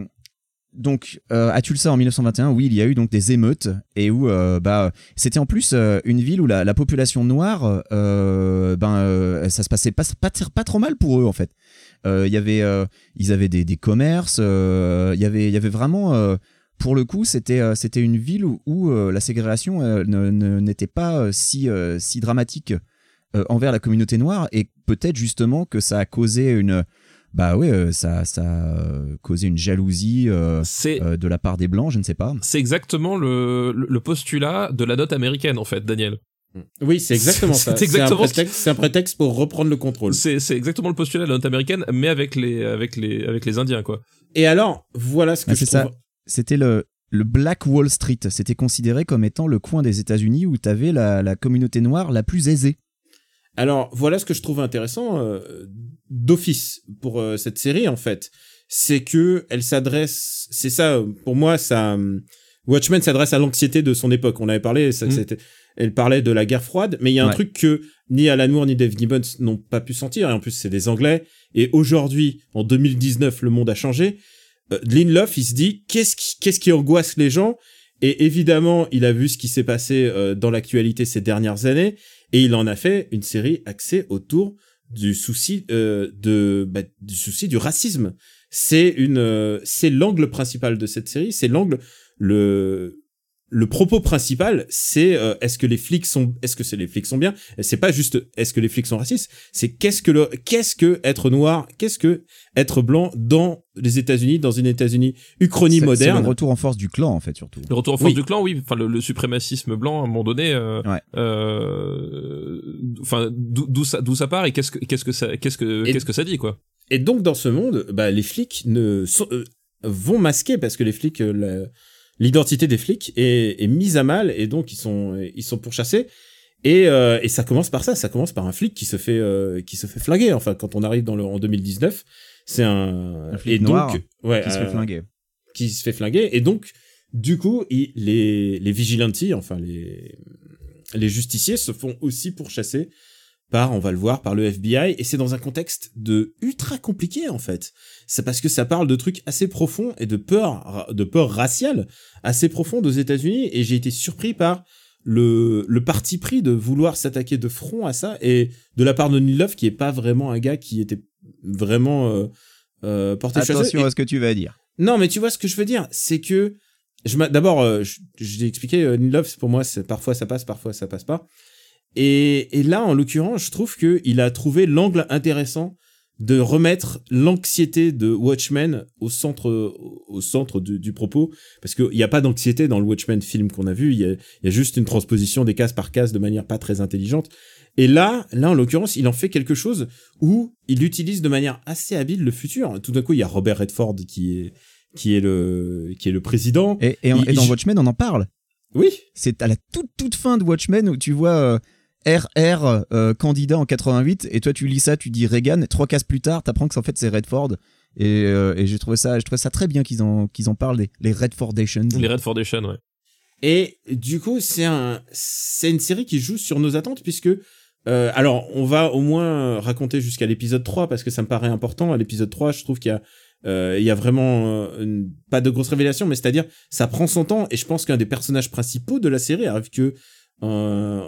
donc euh, à Tulsa en dix-neuf cent vingt et un, oui, il y a eu donc des émeutes et où euh, bah c'était en plus euh, une ville où la, la population noire, euh, ben euh, ça se passait pas, pas pas trop mal pour eux en fait. Euh, Il y avait euh, ils avaient des, des commerces, euh, il y avait il y avait vraiment euh, pour le coup, c'était euh, c'était une ville où, où euh, la ségrégation euh, ne- ne- n'était pas euh, si euh, si dramatique euh, envers la communauté noire et peut-être justement que ça a causé une bah ouais euh, ça ça a causé une jalousie euh, C'est euh, de la part des blancs, je ne sais pas. c'est exactement le, le le postulat de la note américaine en fait, Daniel. Oui, c'est exactement C'est- ça. c'est exactement un ce qui- prétexte, c'est un prétexte pour reprendre le contrôle. C'est c'est exactement le postulat de la note américaine, mais avec les avec les avec les Indiens quoi. Et alors, voilà ce que Ah, je c'est ça. trouve. C'était le le Black Wall Street, c'était considéré comme étant le coin des États-Unis où tu avais la, la communauté noire la plus aisée. Alors, voilà ce que je trouve intéressant euh, d'office pour euh, cette série, en fait. C'est que elle s'adresse... C'est ça, pour moi, ça... euh, Watchmen s'adresse à l'anxiété de son époque. On avait parlé, ça, Mm. c'était, elle parlait de la guerre froide, mais il y a un Ouais. truc que ni Alan Moore ni Dave Gibbons n'ont pas pu sentir, et en plus, c'est des Anglais. Et aujourd'hui, en deux mille dix-neuf, le monde a changé. Euh, Lindelof, il se dit, qu'est-ce qui, qu'est-ce qui angoisse les gens? Et évidemment, il a vu ce qui s'est passé euh, dans l'actualité ces dernières années, et il en a fait une série axée autour du souci euh, de bah, du souci du racisme. C'est une euh, c'est l'angle principal de cette série, c'est l'angle le le propos principal, c'est euh, est-ce que les flics sont est-ce que c'est les flics sont bien? C'est pas juste est-ce que les flics sont racistes, c'est qu'est-ce que le qu'est-ce que être noir, qu'est-ce que être blanc dans les États-Unis, dans une États-Unis uchronie C'est- C'est moderne. le retour en force du clan en fait surtout. Le retour en force Oui. du clan, oui, enfin le, le suprémacisme blanc à un moment donné, euh, Ouais. euh, enfin d'où d'où ça d'où ça part et qu'est-ce que qu'est-ce que ça qu'est-ce que Et- qu'est-ce que ça dit quoi. Et donc dans ce monde, bah les flics ne sont, euh, vont masquer parce que les flics euh, la- l'identité des flics est, est mise à mal et donc ils sont ils sont pourchassés et euh, et ça commence par ça, ça commence par un flic qui se fait euh, qui se fait flinguer. Enfin quand on arrive dans le en deux mille dix-neuf, c'est un, Un flic et noir donc ouais Qui se fait euh, flinguer. qui se fait flinguer et donc du coup il, les les vigilantes, enfin les les justiciers se font aussi pourchasser par, on va le voir, par le F B I, et c'est dans un contexte de ultra compliqué en fait. C'est parce que ça parle de trucs assez profonds et de peur, de peur raciale assez profonde aux États-Unis, et j'ai été surpris par le le parti pris de vouloir s'attaquer de front à ça, et de la part de Neil Love, qui est pas vraiment un gars qui était vraiment euh, euh, porté sur ça. Attention Et... à ce que tu vas dire. Non, mais tu vois ce que je veux dire, c'est que je m'a... d'abord, euh, je, je l'ai expliqué, euh, Neil Love, pour moi, c'est parfois ça passe, parfois ça passe pas. Et, et là, en l'occurrence, je trouve que il a trouvé l'angle intéressant de remettre l'anxiété de Watchmen au centre, au, au centre du, du propos, parce qu'il n'y a pas d'anxiété dans le Watchmen film qu'on a vu. Il y a, il y a juste une transposition des cases par case de manière pas très intelligente. Et là, là, en l'occurrence, il en fait quelque chose où il utilise de manière assez habile le futur. Tout d'un coup, il y a Robert Redford qui est, qui est le, qui est le président. Et, et, en, il, et dans il... Watchmen, on en parle. Oui. C'est à la toute, toute fin de Watchmen où tu vois euh, R R euh, candidat en quatre-vingt-huit, et toi, tu lis ça, tu dis Reagan, et trois cases plus tard, t'apprends que en fait, c'est Redford. Et, euh, et j'ai trouvé ça, j'ai trouvé ça très bien qu'ils en, qu'ils en parlent, les, les Redfordations. Les Redfordations, ouais. Et du coup, c'est un, c'est une série qui joue sur nos attentes, puisque Euh, alors, on va au moins raconter jusqu'à l'épisode trois, parce que ça me paraît important. À l'épisode trois, je trouve qu'il y a, euh, il y a vraiment euh, une, pas de grosses révélations, mais c'est-à-dire, ça prend son temps, et je pense qu'un des personnages principaux de la série arrive que, euh,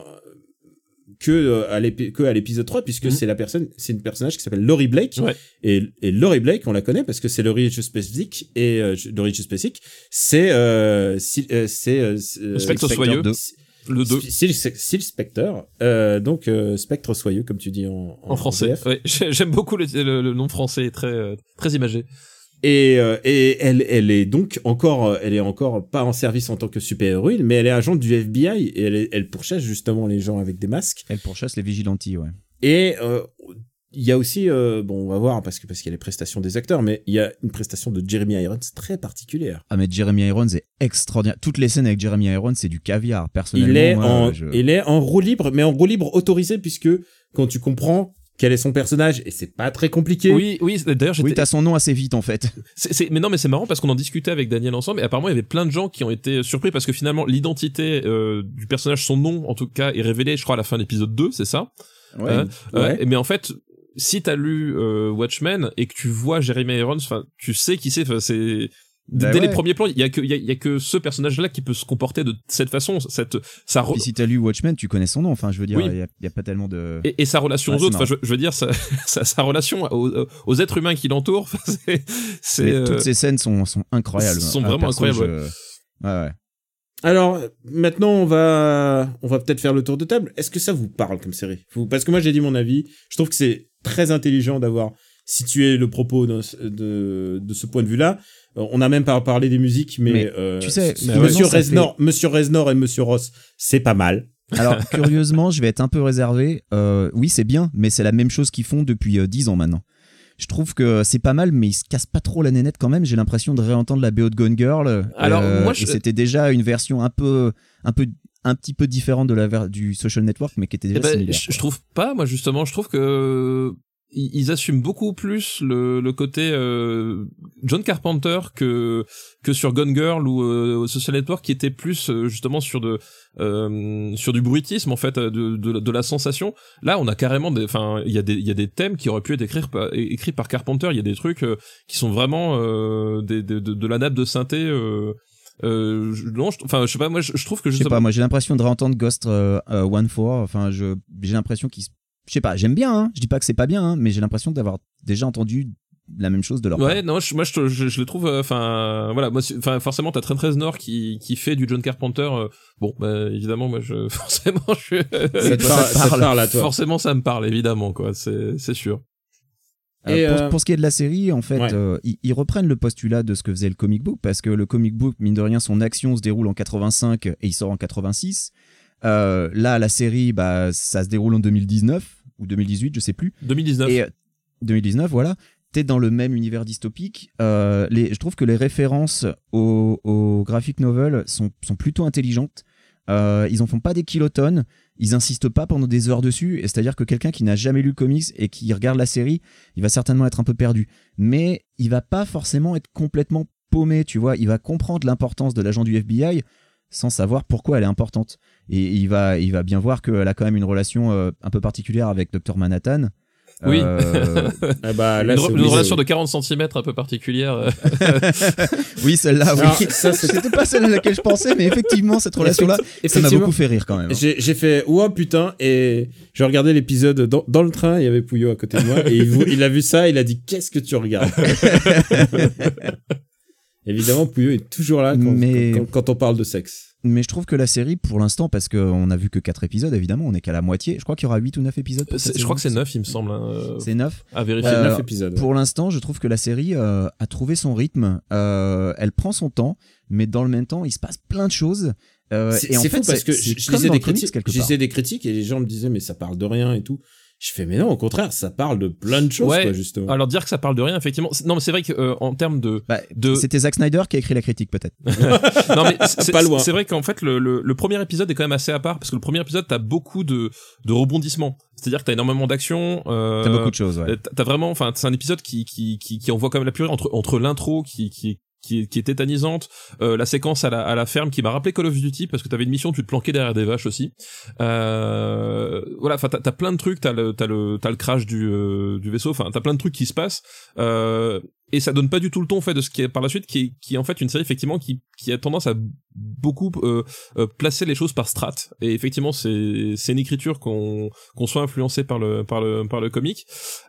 que, euh, à l'épi- que à l'épisode trois, puisque mmh. c'est la personne, c'est une personnage qui s'appelle Laurie Blake. Ouais. Et, et Laurie Blake, on la connaît parce que c'est Laurie Spesic, et euh, Laurie Spesic, c'est, euh, si, euh, c'est, euh, le Spectre Soyeux. Le deux. Sil Spectre, euh, donc euh, Spectre Soyeux, comme tu dis en, en, en français. Ouais, j'aime beaucoup le, le, le nom français, est très euh, très imagé. Et, euh, et elle, elle est donc encore, elle est encore pas en service en tant que super-héroïne, mais elle est agente du F B I, et elle, est, elle pourchasse justement les gens avec des masques. Elle pourchasse les vigilantes, ouais. Et euh, il y a aussi, euh, bon, on va voir parce que parce qu'il y a les prestations des acteurs, mais il y a une prestation de Jeremy Irons très particulière. Ah, mais Jeremy Irons est extraordinaire. Toutes les scènes avec Jeremy Irons, c'est du caviar. Personnellement, il est moi, en, je... il est en roue libre, mais en roue libre autorisée, puisque quand tu comprends quel est son personnage, et c'est pas très compliqué. Oui, oui. D'ailleurs, j'étais... oui, t'as son nom assez vite en fait. C'est, c'est, mais non, mais c'est marrant parce qu'on en discutait avec Daniel ensemble, et apparemment il y avait plein de gens qui ont été surpris parce que finalement l'identité euh, du personnage, son nom en tout cas, est révélée, je crois, à la fin de l'épisode deux, c'est ça. Ouais. Euh, ouais. Euh, mais en fait, si t'as lu euh, Watchmen et que tu vois Jeremy Irons, enfin, tu sais qui c'est. Enfin, c'est bah dès ouais. les premiers plans, il y a que il y a, y a que ce personnage-là qui peut se comporter de cette façon. Cette ça. Re... Et si t'as lu Watchmen, tu connais son nom. Enfin, je veux dire, il oui. y, y a pas tellement de. Et, et sa relation ouais, aux autres. Enfin, je, je veux dire, sa, sa, sa relation aux, aux êtres humains qui l'entourent. c'est, c'est euh... toutes ces scènes sont sont incroyables. Sont Un vraiment perso, incroyables. Je... Ouais, ouais. Alors, maintenant, on va, on va peut-être faire le tour de table. Est-ce que ça vous parle comme série? Vous, parce que moi, j'ai dit mon avis. Je trouve que c'est très intelligent d'avoir situé le propos de, de, de ce point de vue-là. Euh, on a même pas parlé des musiques, mais, mais euh, tu sais, Monsieur maintenant, Reznor, fait... Monsieur Reznor et Monsieur Ross, c'est pas mal. Alors, curieusement, je vais être un peu réservé. Euh, oui, c'est bien, mais c'est la même chose qu'ils font depuis euh, dix ans maintenant. Je trouve que c'est pas mal, mais ils se cassent pas trop la nénette quand même. J'ai l'impression de réentendre la B O de Gone Girl. Alors, euh, moi, je... et c'était déjà une version un peu, un peu, un petit peu différente de la ver- du Social Network, mais qui était déjà eh ben, similaire. Je, je trouve pas, moi justement, je trouve que ils, ils assument beaucoup plus le, le côté euh, John Carpenter que que sur Gone Girl ou euh, Social Network, qui était plus euh, justement sur de euh, sur du bruitisme en fait, de, de de la sensation. Là, on a carrément des, enfin, il y a des il y a des thèmes qui auraient pu être écrits par, écrits par Carpenter. Il y a des trucs euh, qui sont vraiment euh, des, de, de de la nappe de synthé. Euh, Euh, je, non, enfin, je, je sais pas, moi, je, je trouve que je sais pas, moi j'ai l'impression de réentendre Ghost euh, euh, One Four. Enfin, je, j'ai l'impression qu'ils, je sais pas, j'aime bien, hein, je dis pas que c'est pas bien, hein, mais j'ai l'impression d'avoir déjà entendu la même chose de leur part. Ouais, non, je, moi je, je, je le trouve, enfin, euh, voilà, moi, enfin, forcément, t'as Trent Reznor qui qui fait du John Carpenter. Euh, bon, bah, évidemment, moi, je, forcément, je, ça te parle, ça te parle à toi. Forcément, ça me parle, évidemment, quoi, c'est, c'est sûr. Et euh, pour, euh... pour ce qui est de la série, en fait, ouais. euh, ils, ils reprennent le postulat de ce que faisait le comic book, parce que le comic book, mine de rien, son action se déroule en quatre-vingt-cinq et il sort en quatre-vingt-six. Euh, là, la série, bah, ça se déroule en deux mille dix-neuf ou deux mille dix-huit, je sais plus. deux mille dix-neuf. Et, deux mille dix-neuf, voilà. T'es dans le même univers dystopique. Euh, les, je trouve que les références aux, aux graphic novels sont, sont plutôt intelligentes. Euh, ils en font pas des kilotonnes, ils insistent pas pendant des heures dessus, et c'est-à-dire que quelqu'un qui n'a jamais lu le comics et qui regarde la série, il va certainement être un peu perdu, mais il va pas forcément être complètement paumé, tu vois, il va comprendre l'importance de l'agent du F B I sans savoir pourquoi elle est importante, et il va, il va bien voir qu'elle a quand même une relation euh, un peu particulière avec Docteur Manhattan. Oui. Euh, Ah bah, là, une, c'est une obligé, relation oui. de quarante centimètres un peu particulière. oui, celle-là, oui. Alors, ça, c'est- C'était pas celle à laquelle je pensais, mais effectivement, cette relation-là, ça m'a effectivement, beaucoup fait rire quand même. hein. J'ai, j'ai fait ouah putain, et je regardais l'épisode dans, dans le train, il y avait Pouillot à côté de moi et il, vou- il a vu ça, il a dit qu'est-ce que tu regardes. Évidemment, Pouillot est toujours là quand, Mais- quand, quand on parle de sexe. Mais je trouve que la série, pour l'instant, parce qu'on a vu que quatre épisodes, évidemment, on est qu'à la moitié. Je crois qu'il y aura huit ou neuf épisodes. pour C'est- cette je crois que c'est saison. neuf, il me semble. Hein. euh, C'est neuf. À vérifier. Euh, neuf épisodes. ouais. Pour l'instant, je trouve que la série euh, a trouvé son rythme. Euh, elle prend son temps, mais dans le même temps, il se passe plein de choses. Euh, C'est, et en c'est fait, fou parce c'est- que c'est je, je comme lisais dans des le comics, critiques, quelque je part. lisais des critiques et les gens me disaient mais ça parle de rien et tout. Je fais mais non, au contraire, ça parle de plein de choses Ouais. quoi justement. Alors dire que ça parle de rien, effectivement. c'est- Non, mais c'est vrai que euh, en termes de Bah, de C'était Zack Snyder qui a écrit la critique, peut-être. non mais c'est, Pas loin. c'est vrai qu'en fait le, le, le premier épisode est quand même assez à part parce que le premier épisode t'as beaucoup de de rebondissements. C'est-à-dire que t'as énormément d'actions. Euh, T'as beaucoup de choses, ouais. T'as t'as vraiment, enfin, c'est un épisode qui qui qui, qui envoie quand même la purée entre entre l'intro qui qui qui est, qui est tétanisante, euh, la séquence à la, à la ferme qui m'a rappelé Call of Duty parce que t'avais une mission, tu te planquais derrière des vaches aussi. Euh, voilà, enfin t'as, t'as plein de trucs, t'as le t'as le t'as le crash du euh, du vaisseau, enfin t'as plein de trucs qui se passent. Euh, et ça donne pas du tout le ton en fait de ce qui est par la suite, qui est qui est en fait une série effectivement qui qui a tendance à beaucoup euh, euh, placer les choses par strat. Et effectivement c'est c'est une écriture qu'on qu'on soit influencé par le par le par le comic.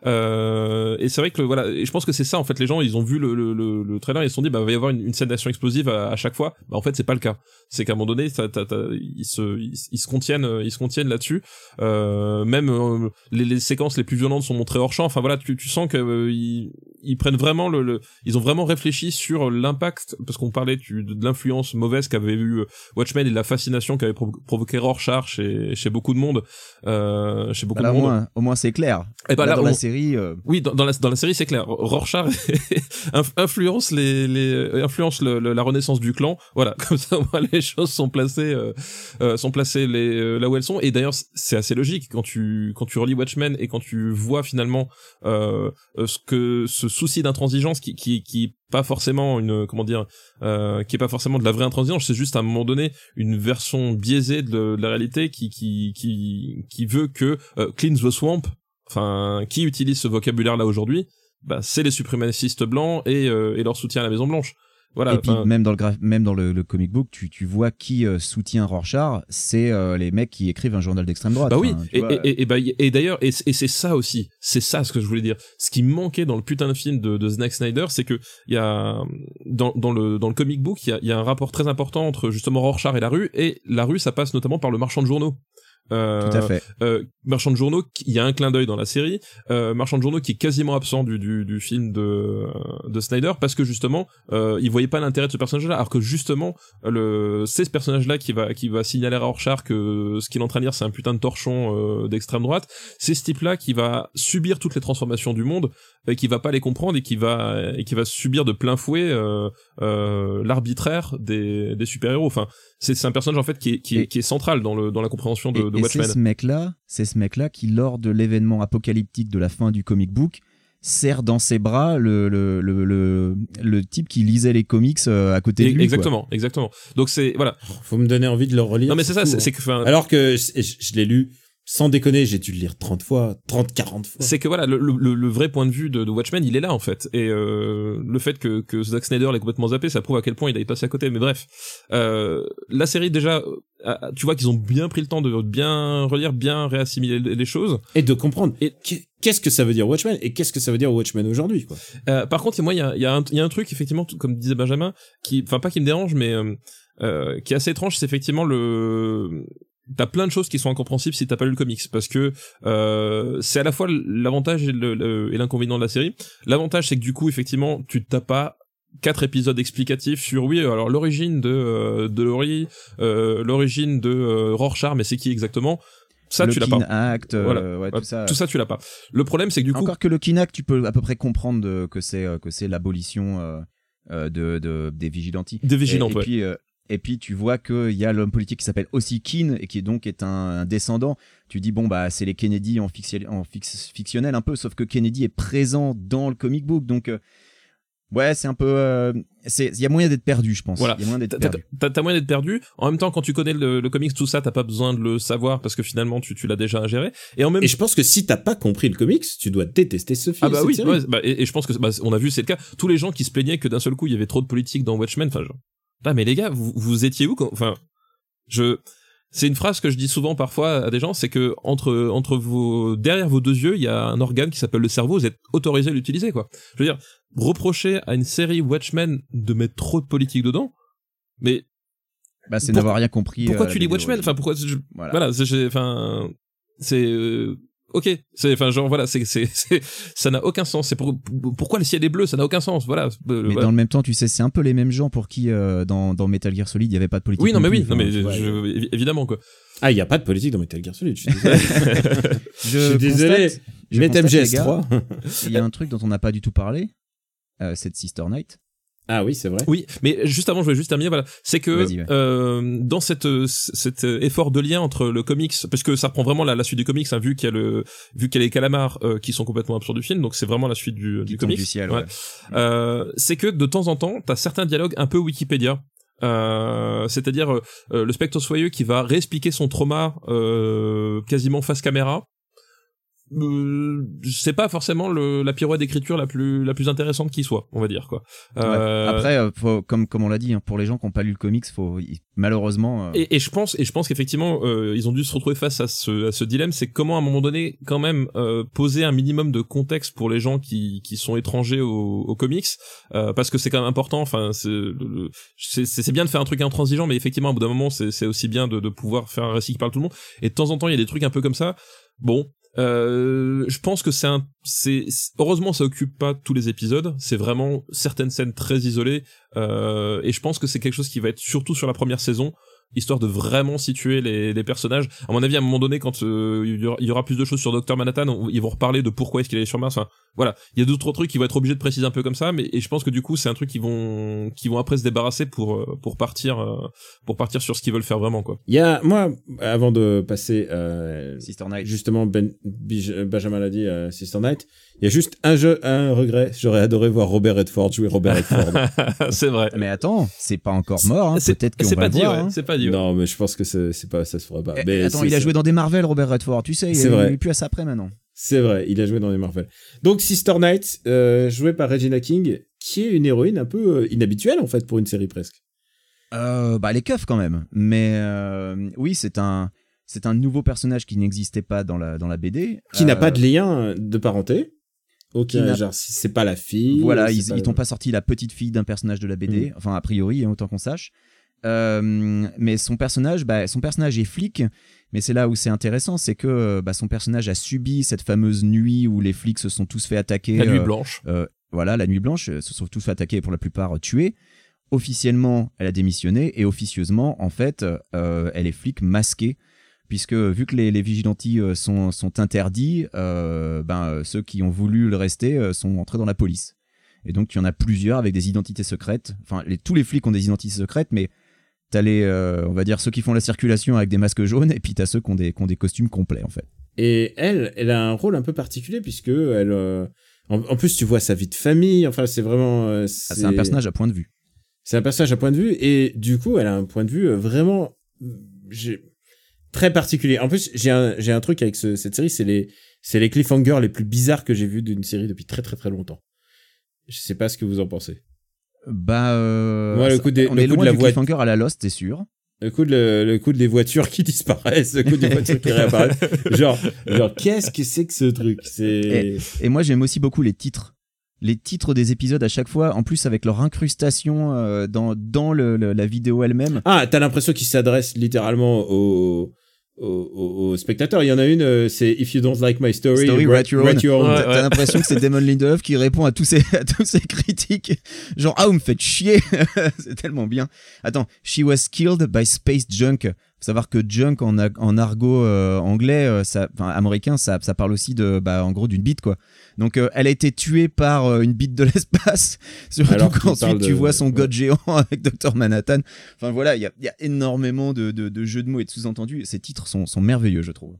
Euh, et c'est vrai que voilà, et je pense que c'est ça en fait, les gens ils ont vu le le le, le trailer, ils se sont dit bah il va y avoir une, une scène d'action explosive à, à chaque fois. Bah en fait c'est pas le cas. C'est qu'à un moment donné ça, t'as, t'as, ils se ils, ils se contiennent ils se contiennent là-dessus. Euh, même euh, les, les séquences les plus violentes sont montrées hors champ. Enfin voilà, tu tu sens que euh, ils ils prennent vraiment le, le ils ont vraiment réfléchi sur l'impact, parce qu'on parlait du, de l'influence mauvaise qu'avait eu Watchmen et de la fascination qu'avait provo- provoqué Rorschach chez chez beaucoup de monde, euh, chez beaucoup Bah là, de au monde. moins, au moins c'est clair. Et bah Là, là, dans on- la série, euh, Oui, dans, dans la dans la série c'est clair. Rorschach inf- influence les les influence le, le- la renaissance du clan. Voilà, comme ça au moins, les choses sont placées euh, euh, sont placées les euh, là où elles sont. Et d'ailleurs c'est assez logique quand tu quand tu relis Watchmen et quand tu vois finalement euh, euh, ce que ce souci d'intransigeance qui qui qui pas forcément une comment dire euh, qui est pas forcément de la vraie intransigeance, c'est juste à un moment donné une version biaisée de, de la réalité qui qui qui qui veut que euh, clean the swamp. Enfin, qui utilise ce vocabulaire-là aujourd'hui? Bah, c'est les suprémacistes blancs et, euh, et leur soutien à la Maison Blanche. Voilà. et puis enfin, même dans le graph- même dans le, le comic book, tu, tu vois qui euh, soutient Rorschach, c'est euh, les mecs qui écrivent un journal d'extrême droite. bah oui. Enfin, tu Et, vois. et, et, et, bah, y- et d'ailleurs, et, c- et c'est ça aussi. C'est ça ce que je voulais dire. Ce qui manquait dans le putain de film de, de Zack Snyder, c'est que il y a dans, dans le dans le comic book, il y a, il y a un rapport très important entre justement Rorschach et la rue, et la rue, ça passe notamment par le marchand de journaux. Euh, Tout à fait. Euh, marchand de journaux, il y a un clin d'œil dans la série. Euh, marchand de journaux qui est quasiment absent du du, du film de de Snyder parce que justement, euh, il voyait pas l'intérêt de ce personnage-là, alors que justement, le c'est ce personnage-là qui va qui va signaler à Rorschach que ce qu'il est en train de dire c'est un putain de torchon euh, d'extrême droite. C'est ce type-là qui va subir toutes les transformations du monde et qui va pas les comprendre et qui va et qui va subir de plein fouet euh, euh, l'arbitraire des des super-héros. Enfin, c'est c'est un personnage en fait qui est qui est, Et- qui est central dans le dans la compréhension de, Et, de et Watchmen. c'est ce mec-là, c'est ce mec-là qui, lors de l'événement apocalyptique de la fin du comic book, serre dans ses bras le le le le, le type qui lisait les comics euh, à côté de lui. Exactement, exactement. Donc c'est voilà. Faut me donner envie de le relire. Non mais c'est ça, fou, c'est, hein. c'est que enfin, Alors que je, je- je l'ai lu sans déconner, j'ai dû le lire trente fois, trente, quarante fois. c'est que voilà, le, le, le vrai point de vue de, de Watchmen, il est là en fait. Et euh, le fait que, que Zack Snyder l'ait complètement zappé, ça prouve à quel point il a passé à côté. Mais bref, euh, la série déjà, euh, tu vois qu'ils ont bien pris le temps de bien relire, bien réassimiler les choses. Et de comprendre Et- qu'est- qu'est-ce que ça veut dire Watchmen et qu'est-ce que ça veut dire Watchmen aujourd'hui, quoi. Euh, par contre, moi, il y a, il y, a un- il y a un truc effectivement, tout comme disait Benjamin, qui, enfin pas qui me dérange, mais euh, euh, qui est assez étrange, c'est effectivement le t'as plein de choses qui sont incompréhensibles si t'as pas lu le comics, parce que euh, c'est à la fois l'avantage et, le, le- et l'inconvénient de la série. L'avantage, c'est que du coup, effectivement, tu t'as pas quatre épisodes explicatifs sur oui alors l'origine de euh, de Laurie, euh, l'origine de euh, Rorschach, mais c'est qui exactement? Ça, le tu l'as pas. Kin Act, euh, Voilà. ouais, tout ça. Tout ça, tu l'as pas. Le problème, c'est que du coup, Encore que le Kin Act, tu peux à peu près comprendre de- que c'est euh, que c'est l'abolition euh, euh, de, de des vigilantes. des vigilantes, et, et ouais. puis euh, et puis tu vois qu'il y a l'homme politique qui s'appelle aussi Kin et qui est donc est un, un descendant. Tu dis bon bah c'est les Kennedy en, ficti- en fix- fictionnel un peu, sauf que Kennedy est présent dans le comic book, donc euh, Ouais, c'est un peu, euh, c'est, il y a moyen d'être perdu, je pense. Voilà. Il y a moyen d'être T'as, perdu. t'as, t'as moyen d'être perdu. En même temps, quand tu connais le, le comics, tout ça, t'as pas besoin de le savoir parce que finalement, tu, tu l'as déjà ingéré. Et en même Et je pense que si t'as pas compris le comics, tu dois détester ce film. ah bah cette oui, série. ouais, bah, et, et je pense que bah, on a vu c'est le cas. Tous les gens qui se plaignaient que d'un seul coup il y avait trop de politique dans Watchmen. Enfin, genre, ah mais les gars, vous, vous étiez où quand... Enfin, je, c'est une phrase que je dis souvent parfois à des gens, c'est que entre entre vos derrière vos deux yeux, il y a un organe qui s'appelle le cerveau. Vous êtes autorisé à l'utiliser, quoi. Je veux dire, reprocher à une série Watchmen de mettre trop de politique dedans, mais Bah, c'est Pour- n'avoir rien compris. pourquoi euh, tu lis des Watchmen? vidéos. Enfin, pourquoi je- Voilà. voilà, c'est, j'ai- enfin, c'est euh, ok, c'est, enfin, genre voilà, c'est, c'est, c'est, ça n'a aucun sens. C'est pour, pourquoi le ciel est bleu? Ça n'a aucun sens. Voilà. Euh, Mais voilà. dans le même temps, tu sais, c'est un peu les mêmes gens pour qui, euh, dans, dans Metal Gear Solid, il y avait pas de politique. Oui, non, mais plus. oui, non, mais Enfin, tu vois, je- évi- évidemment quoi. Ah, il y a pas de politique dans Metal Gear Solid. Je suis désolé. je suis désolé. constate- je Met constate, les M G S gars, trois. Il y a un truc dont on n'a pas du tout parlé, euh, c'est de Sister Night. Ah oui, c'est vrai. Oui, mais juste avant, je voulais juste terminer. Voilà, c'est que Vas-y, ouais. euh, dans cette cet effort de lien entre le comics, parce que ça prend vraiment la, la suite du comics, hein, vu qu'il y a le vu qu'il y a les calamars euh, qui sont complètement absurdes du film, donc c'est vraiment la suite du, Qui du tombe comics. du ciel, Ouais. ouais. Euh, c'est que de temps en temps, t'as certains dialogues un peu Wikipédia. Euh, c'est-à-dire euh, euh, le Spectre Soyeux qui va réexpliquer son trauma euh, quasiment face caméra. Euh, c'est pas forcément le, la pirouette d'écriture la plus la plus intéressante qui soit, on va dire quoi. Euh, Ouais. Après, euh, faut, comme, comme on l'a dit, hein, pour les gens qui n'ont pas lu le comics, faut, il- malheureusement. euh, Et, et je pense, et je pense qu'effectivement, euh, ils ont dû se retrouver face à ce, à ce dilemme, c'est comment à un moment donné, quand même, euh, poser un minimum de contexte pour les gens qui, qui sont étrangers aux, aux comics, euh, parce que c'est quand même important. Enfin, c'est, le- le- c'est, c'est c'est bien de faire un truc intransigeant, mais effectivement, au bout d'un moment, c'est, c'est aussi bien de, de pouvoir faire un récit qui parle tout le monde. Et de temps en temps, il y a des trucs un peu comme ça. Bon. Euh, je pense que c'est un, c'est, c'est- heureusement ça occupe pas tous les épisodes, c'est vraiment certaines scènes très isolées, euh, et je pense que c'est quelque chose qui va être surtout sur la première saison, histoire de vraiment situer les, les personnages. À mon avis, à un moment donné, quand euh, il y aura- il y aura plus de choses sur Docteur Manhattan, on- ils vont reparler de pourquoi est-ce qu'il est sur Mars. Enfin, voilà, il y a d'autres trucs qui vont être obligés de préciser un peu comme ça, mais et je pense que du coup, c'est un truc qui vont, qui vont après se débarrasser pour euh, pour partir, euh, pour partir sur ce qu'ils veulent faire vraiment quoi. Il y a, moi, avant de passer, euh, Sister Night. justement, ben, Bij- Benjamin l'a dit, euh, Sister Night, il y a juste un jeu, un regret. J'aurais adoré voir Robert Redford jouer Robert Redford. C'est vrai. Mais attends, c'est pas encore mort. Hein. C'est, Peut-être qu'on c'est va pas le dit, voir. ouais, hein. c'est pas dit. Ouais. Non, mais je pense que c'est, c'est pas, ça se fera pas. Eh, Mais attends, c'est- il a c'est- joué dans des Marvel, Robert Redford. Tu sais, C'est il vrai. est plus à ça après maintenant. C'est vrai, il a joué dans les Marvel. Donc Sister Night, euh, joué par Regina King, qui est une héroïne un peu euh, inhabituelle en fait pour une série presque. Euh, bah, les keufs quand même. Mais euh, oui, c'est un, c'est un nouveau personnage qui n'existait pas dans la, dans la B D. Qui n'a Euh, pas de lien de parenté. Ok, qui n'a- genre si c'est pas la fille. Voilà, c'est ils, pas- ils t'ont pas sorti la petite fille d'un personnage de la B D, Mm. enfin a priori, hein, autant qu'on sache. Euh, mais son personnage, bah, son personnage est flic, mais c'est là où c'est intéressant, c'est que bah, son personnage a subi cette fameuse nuit où les flics se sont tous fait attaquer. La nuit euh, blanche. euh, voilà, la nuit blanche, euh, se sont tous fait attaquer et pour la plupart euh, tués. Officiellement, elle a démissionné et officieusement, en fait, euh, elle est flic masquée. Puisque vu que les, les vigilantes euh, sont, sont interdits, euh, ben, euh, ceux qui ont voulu le rester euh, sont entrés dans la police. Et donc, il y en a plusieurs avec des identités secrètes. Enfin, les, tous les flics ont des identités secrètes, mais t'as les, euh, on va dire, ceux qui font la circulation avec des masques jaunes, et puis t'as ceux qui ont des, qui ont des costumes complets, en fait. Et elle, elle a un rôle un peu particulier puisque elle, euh, en, en plus tu vois sa vie de famille. Enfin, c'est vraiment. euh, Ah, c'est un personnage à point de vue. C'est un personnage à point de vue et du coup, elle a un point de vue euh, vraiment j'ai, très particulier. En plus, j'ai un, j'ai un truc avec ce, cette série, c'est les, c'est les cliffhangers les plus bizarres que j'ai vus d'une série depuis très très très longtemps. Je sais pas ce que vous en pensez. Bah, euh, Moi, le coup des- on le est coup de loin la du voix- cliffhanger à la Lost, c'est sûr. Le coup de le, le coup de les voitures qui disparaissent, le coup des voitures qui réapparaissent. Genre, genre, qu'est-ce que c'est que ce truc? C'est, Et moi, j'aime aussi beaucoup les titres. Les titres des épisodes à chaque fois, en plus avec leur incrustation euh, dans, dans le, le- la vidéo elle-même. ah, t'as l'impression qu'ils s'adressent littéralement aux, aux, aux, aux spectateurs. Il y en a une, euh, c'est If you don't like my story, Story, write your own. your own. Ouais, T'as t'as l'impression que c'est Damon Lindelof qui répond à tous ces, à tous ces critiques. Genre, ah, vous me faites chier. C'est tellement bien. Attends, she was killed by space junk. Faut savoir que junk en, a- en argot euh, anglais, euh, ça, enfin américain, ça, ça parle aussi de, bah, en gros, d'une bite, quoi. Donc, euh, elle a été tuée par euh, une bite de l'espace. Surtout Alors qu'il qu'ensuite, parle tu de- vois son ouais. god géant avec docteur Manhattan. Enfin, voilà, il y a, il y a énormément de, de, de jeux de mots et de sous-entendus. Ces titres sont, sont merveilleux, je trouve.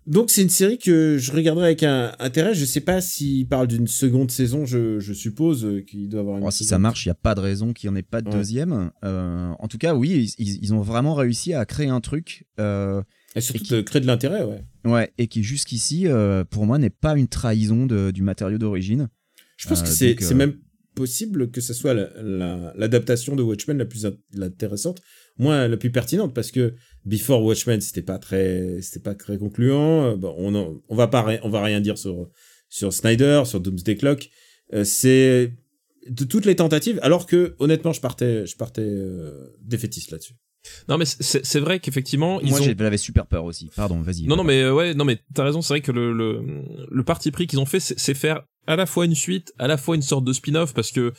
Donc c'est une série que je regarderai avec un intérêt. Je sais pas s'il parle d'une seconde saison, je, je suppose qu'il doit avoir une. Oh, si ça marche, il y a pas de raison qu'il y en ait pas de Ouais. deuxième. Euh, en tout cas, oui, ils, ils ont vraiment réussi à créer un truc. Euh, Et surtout et qui- de créer de l'intérêt, ouais. Ouais, et qui jusqu'ici, euh, pour moi, n'est pas une trahison de, du matériau d'origine. Je pense Euh, que c'est donc, c'est euh, même possible que ce soit la- la- l'adaptation de Watchmen la plus int- l'intéressante, moins la plus pertinente, parce que Before Watchmen c'était pas très c'était pas très concluant. Euh, Bon, on en- on va pas ri- on va rien dire sur sur Snyder, sur Doomsday Clock. Euh, c'est de toutes les tentatives, alors que honnêtement je partais je partais euh, défaitiste là-dessus. Non, mais c'est c'est vrai qu'effectivement, ils Moi, ont. j'avais super peur aussi. Pardon, vas-y. Non, non, mais euh, ouais, non, mais t'as raison. C'est vrai que le le, le parti pris qu'ils ont fait, c'est c'est faire à la fois une suite, à la fois une sorte de spin-off, parce que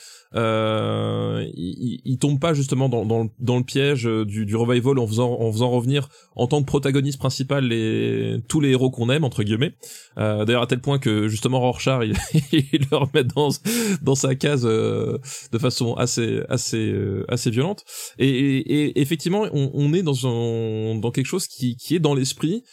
euh, ils, ils tombent pas justement dans dans, le- dans le piège du, du revival en faisant en faisant revenir en tant que protagoniste principal les tous les héros qu'on aime entre guillemets. Euh, D'ailleurs à tel point que justement Rorschach il, il le remet dans dans sa case euh, de façon assez assez euh, assez violente. Et, et, et effectivement, on, on est dans un dans quelque chose qui qui est dans l'esprit.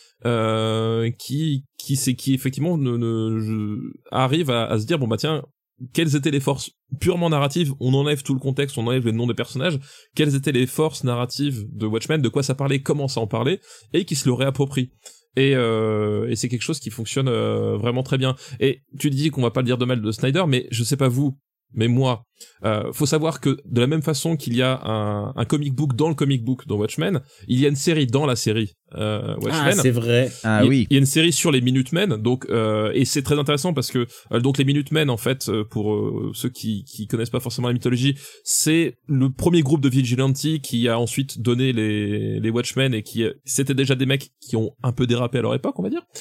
Euh, qui qui c'est qui effectivement ne, ne je- arrive à, à se dire bon bah tiens, quelles étaient les forces purement narratives, on enlève tout le contexte, on enlève les noms des personnages, quelles étaient les forces narratives de Watchmen, de quoi ça parlait, comment ça en parlait, et qui se le réapproprie. Et, euh, et c'est quelque chose qui fonctionne euh, vraiment très bien. Et tu dis qu'on va pas le dire de mal de Snyder, mais je sais pas vous, mais moi, euh, faut savoir que de la même façon qu'il y a un, un comic book dans le comic book dans Watchmen, il y a une série dans la série euh, Watchmen. Ah, c'est vrai. Ah il, oui. il y a une série sur les Minutemen, donc euh, et c'est très intéressant parce que euh, donc les Minutemen en fait euh, pour euh, ceux qui qui connaissent pas forcément la mythologie, c'est le premier groupe de vigilantes qui a ensuite donné les les Watchmen et qui c'était déjà des mecs qui ont un peu dérapé à leur époque, on va dire.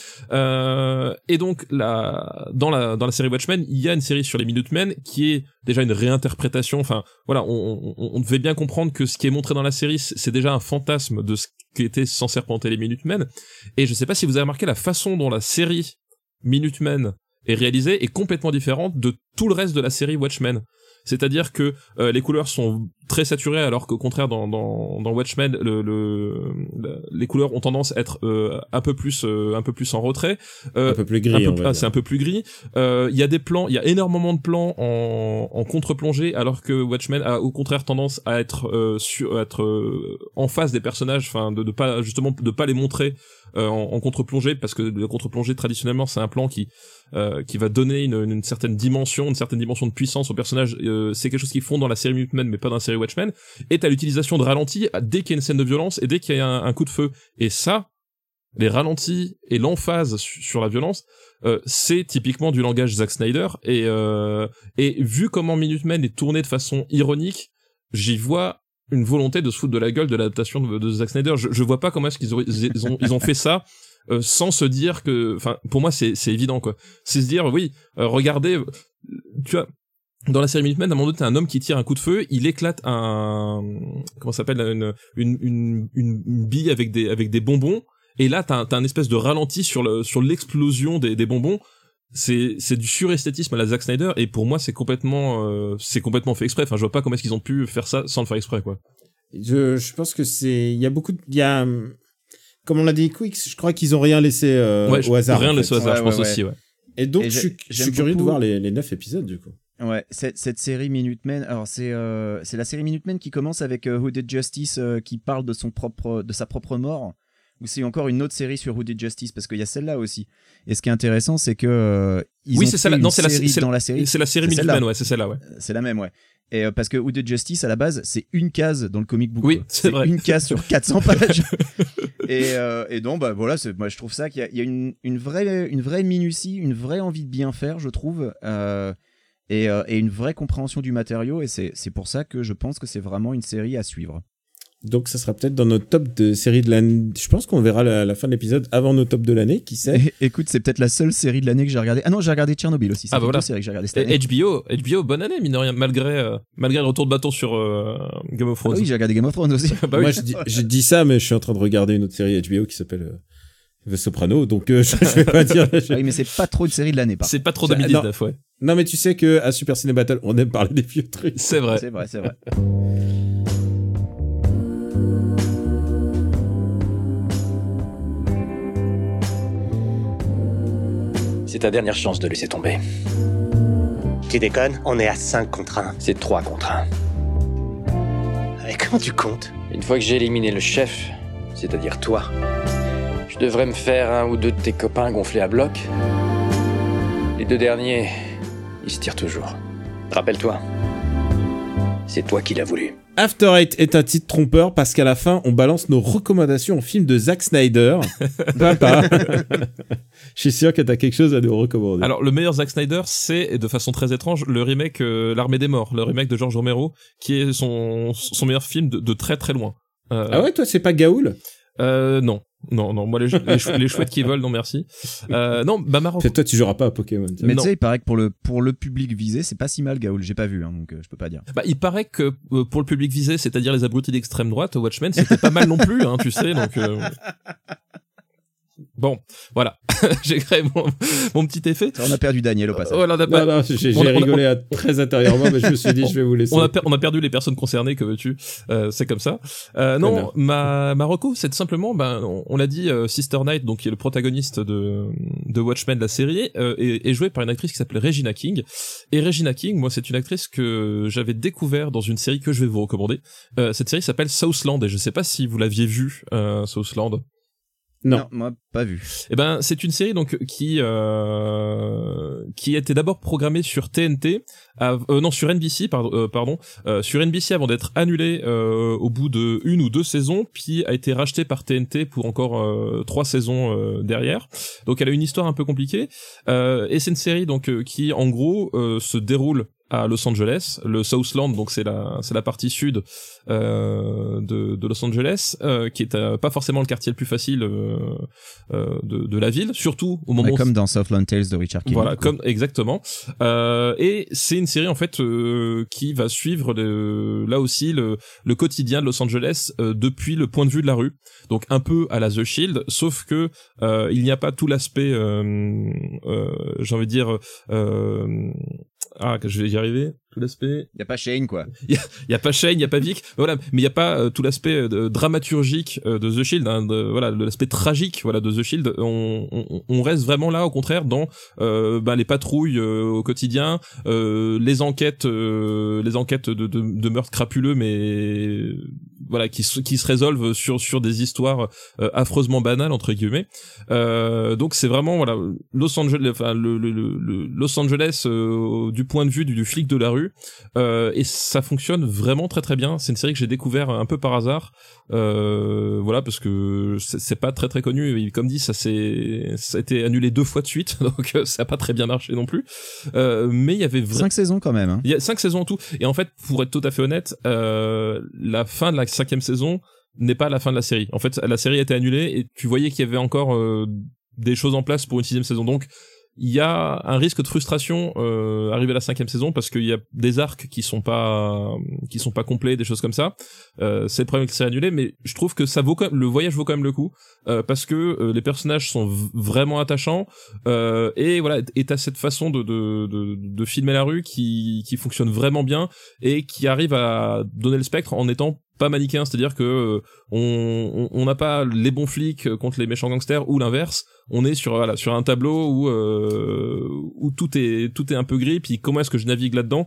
Euh, et donc la dans la dans la série Watchmen, il y a une série sur les Minutemen qui est déjà une réinterprétation. Enfin voilà, on, on, on devait bien comprendre que ce qui est montré dans la série, c'est déjà un fantasme de ce qui était censé représenter les Minutemen. Et je sais pas si vous avez remarqué la façon dont la série Minutemen est réalisée est complètement différente de tout le reste de la série Watchmen. C'est-à-dire que euh, les couleurs sont très saturées, alors qu'au contraire dans dans, dans Watchmen, le, le, le- les couleurs ont tendance à être euh, un peu plus euh, un peu plus en retrait. Euh, Un peu plus gris, un peu- on va ah, dire. c'est un peu plus gris. Euh, Il y a des plans, il y a énormément de plans en, en contre-plongée, alors que Watchmen a au contraire tendance à être euh, sur, à être euh, en face des personnages, enfin de, de pas justement de pas les montrer euh, en, en contre-plongée, parce que le contre-plongée traditionnellement c'est un plan qui euh, qui va donner une, une certaine dimension, une certaine dimension de puissance au personnage. Euh, c'est quelque chose qu'ils font dans la série Minutemen, mais pas dans la série Watchmen. Et t'as l'utilisation de ralentis dès qu'il y a une scène de violence et dès qu'il y a un, un coup de feu. Et ça, les ralentis et l'emphase su- sur la violence, euh, c'est typiquement du langage Zack Snyder. Et, euh, et vu comment Minutemen est tourné de façon ironique, j'y vois une volonté de se foutre de la gueule de l'adaptation de, de Zack Snyder. Je, je vois pas comment est-ce qu'ils ont, ils ont, ils ont fait ça euh, sans se dire que... Enfin, pour moi, c'est, c'est évident, quoi. C'est se dire, oui, euh, regardez... euh, Tu vois... Dans la série Minutemen, à un moment donné, t'as un homme qui tire un coup de feu, il éclate un, comment ça s'appelle, une, une, une, une, une bille avec des, avec des bonbons, et là, t'as, t'as un espèce de ralenti sur le, sur l'explosion des, des bonbons. C'est, c'est du suresthétisme à la Zack Snyder, et pour moi, c'est complètement, euh, c'est complètement fait exprès. Enfin, je vois pas comment est-ce qu'ils ont pu faire ça sans le faire exprès, quoi. Je, je pense que c'est, il y a beaucoup, de- il y a, hum, comme on l'a dit, Quick, je crois qu'ils ont rien laissé euh, ouais, je- au hasard. rien en laissé fait. au hasard, Ouais, je pense ouais, aussi, ouais. Et donc, Et je, j'ai- suis- je j'aime suis curieux de beaucoup- voir les, les neuf épisodes, du coup. Ouais, cette, cette série Minutemen, alors c'est euh, c'est la série Minutemen qui commence avec euh, Who Did Justice euh, qui parle de son propre de sa propre mort, ou c'est encore une autre série sur Who Did Justice, parce qu'il y a celle-là aussi. Et ce qui est intéressant, c'est que euh, ils Oui, ont c'est fait celle-là. une Non, c'est la- série c'est la- dans la série. C'est la série C'est Minutemen, celle-là. ouais, c'est celle-là, ouais. C'est la même, ouais. Et euh, parce que Who Did Justice à la base, c'est une case dans le comic book. Oui, quoi. c'est vrai. Une case sur quatre cents pages. et, euh, et donc, bah voilà, c'est, moi je trouve ça qu'il y a, il y a une, une vraie, une vraie minutie, une vraie envie de bien faire, je trouve. Euh, et, euh, et une vraie compréhension du matériau, et c'est, c'est pour ça que je pense que c'est vraiment une série à suivre. Donc, ça sera peut-être dans notre top de série de l'année. Je pense qu'on verra la, la fin de l'épisode avant nos tops de l'année, qui sait. Et, écoute, c'est peut-être la seule série de l'année que j'ai regardée. Ah non, j'ai regardé Tchernobyl aussi. C'est Ah bah voilà. deux séries que j'ai regardées cette année. Et H B O, H B O, bonne année, mine de rien, malgré, euh, malgré le retour de bâton sur euh, Game of Ah Thrones. oui, j'ai regardé Game of Thrones aussi. Bah oui. Moi, je dis, j'ai dit ça, mais je suis en train de regarder une autre série H B O qui s'appelle euh, The Soprano, donc euh, je, je vais pas dire. je- Ah oui, mais c'est pas trop une série de l'année, par C'est pas trop Ça- deux mille dix-neuf, ouais. Non, mais tu sais que à Super Ciné Battle, on aime parler des vieux trucs. C'est vrai. C'est vrai, c'est vrai. C'est ta dernière chance de laisser tomber. Tu déconnes? On est à cinq contre un. C'est trois contre un. Et comment tu comptes? Une fois que j'ai éliminé le chef, c'est-à-dire toi, je devrais me faire un ou deux de tes copains gonflés à bloc. Les deux derniers, ils se tirent toujours. Rappelle-toi, c'est toi qui l'as voulu. After Eight est un titre trompeur parce qu'à la fin, on balance nos recommandations en film de Zack Snyder. Papa. Je suis sûr que t'as quelque chose à nous recommander. Alors, le meilleur Zack Snyder, c'est, de façon très étrange, le remake euh, L'Armée des Morts, le remake de George Romero, qui est son, son meilleur film de, de très très loin. Euh, ah ouais, toi, c'est pas Gaoul? Euh, non. Non, non, moi, les, les, chou- les chouettes qui volent, non merci. Euh, non, bah, Marocco. Toi, tu joueras pas à Pokémon. Mais tu sais, il paraît que pour le, pour le public visé, c'est pas si mal, Gaoul. J'ai pas vu, hein, donc euh, je peux pas dire. Bah, il paraît que euh, pour le public visé, c'est-à-dire les abrutis d'extrême droite, Watchmen, c'était pas mal non plus, hein, tu sais, donc... Euh... Bon, voilà, j'ai créé mon, mon petit effet. On a perdu Daniel au passage. Voilà, on a pas... Non, non, j'ai, j'ai on a, rigolé on a... à très intérieurement, mais je me suis dit, je vais vous laisser. On a, per- on a perdu les personnes concernées, que veux-tu, euh, c'est comme ça. Euh, non, non, ma, ma reco, c'est simplement, ben, on, on l'a dit, euh, Sister Night, donc qui est le protagoniste de, de Watchmen, la série, euh, est, est joué par une actrice qui s'appelle Regina King. Et Regina King, moi, c'est une actrice que j'avais découvert dans une série que je vais vous recommander. Euh, cette série s'appelle Southland, et je sais pas si vous l'aviez vue, euh, Southland. Non. non, moi pas vu. Eh ben, c'est une série donc qui euh, qui était d'abord programmée sur T N T, euh, non sur N B C pardon, euh, pardon euh, sur N B C avant d'être annulée euh, au bout de une ou deux saisons, puis a été rachetée par T N T pour encore euh, trois saisons euh, derrière. Donc elle a une histoire un peu compliquée euh, et c'est une série donc euh, qui en gros euh, se déroule à Los Angeles, le Southland, donc c'est la c'est la partie sud euh, de de Los Angeles, euh, qui est euh, pas forcément le quartier le plus facile euh, euh, de de la ville, surtout au moment ouais, où comme dans Southland Tales de Richard King. Voilà, comme exactement. Euh, et c'est une série en fait euh, qui va suivre le, là aussi le le quotidien de Los Angeles euh, depuis le point de vue de la rue. Donc un peu à la The Shield, sauf que euh, il n'y a pas tout l'aspect, euh, euh, j'ai envie de dire. Euh, Ah, que je vais y arriver. Tout l'aspect. Il y a pas Shane, quoi. Il y a, y a pas Shane, il y a pas Vic. Voilà. Mais il y a pas euh, tout l'aspect euh, dramaturgique euh, de The Shield, hein, de, voilà, l'aspect tragique, voilà, de The Shield. On, on, on reste vraiment là, au contraire, dans, euh, bah, les patrouilles euh, au quotidien, euh, les enquêtes, euh, les enquêtes de, de, de meurtres crapuleux, mais, voilà, qui, qui se résolvent sur, sur des histoires euh, affreusement banales, entre guillemets. Euh, donc c'est vraiment, voilà, Los Angeles, enfin, le, le, le Los Angeles, euh, du point de vue du, du flic de la rue, euh, et ça fonctionne vraiment très très bien. C'est une série que j'ai découvert un peu par hasard, euh, voilà, parce que c'est, c'est pas très très connu, et comme dit, ça s'est ça a été annulé deux fois de suite, donc ça a pas très bien marché non plus, euh, mais il y avait vra... cinq saisons quand même, hein. Il y a cinq saisons en tout, et en fait, pour être tout à fait honnête, euh, la fin de la cinquième saison n'est pas la fin de la série. En fait, la série a été annulée, et tu voyais qu'il y avait encore euh, des choses en place pour une sixième saison, donc il y a un risque de frustration euh, arrivé à la cinquième saison, parce qu'il y a des arcs qui sont pas qui sont pas complets, des choses comme ça. Euh, c'est le problème que c'est annulé, mais je trouve que ça vaut quand même, le voyage vaut quand même le coup, euh, parce que euh, les personnages sont v- vraiment attachants, euh, et voilà, et t'as cette façon de, de de de filmer la rue qui qui fonctionne vraiment bien et qui arrive à donner le spectre en étant pas manichéen, c'est-à-dire que euh, on on n'a pas les bons flics contre les méchants gangsters ou l'inverse. On est sur voilà sur un tableau où euh, où tout est tout est un peu gris. Puis comment est-ce que je navigue là-dedans?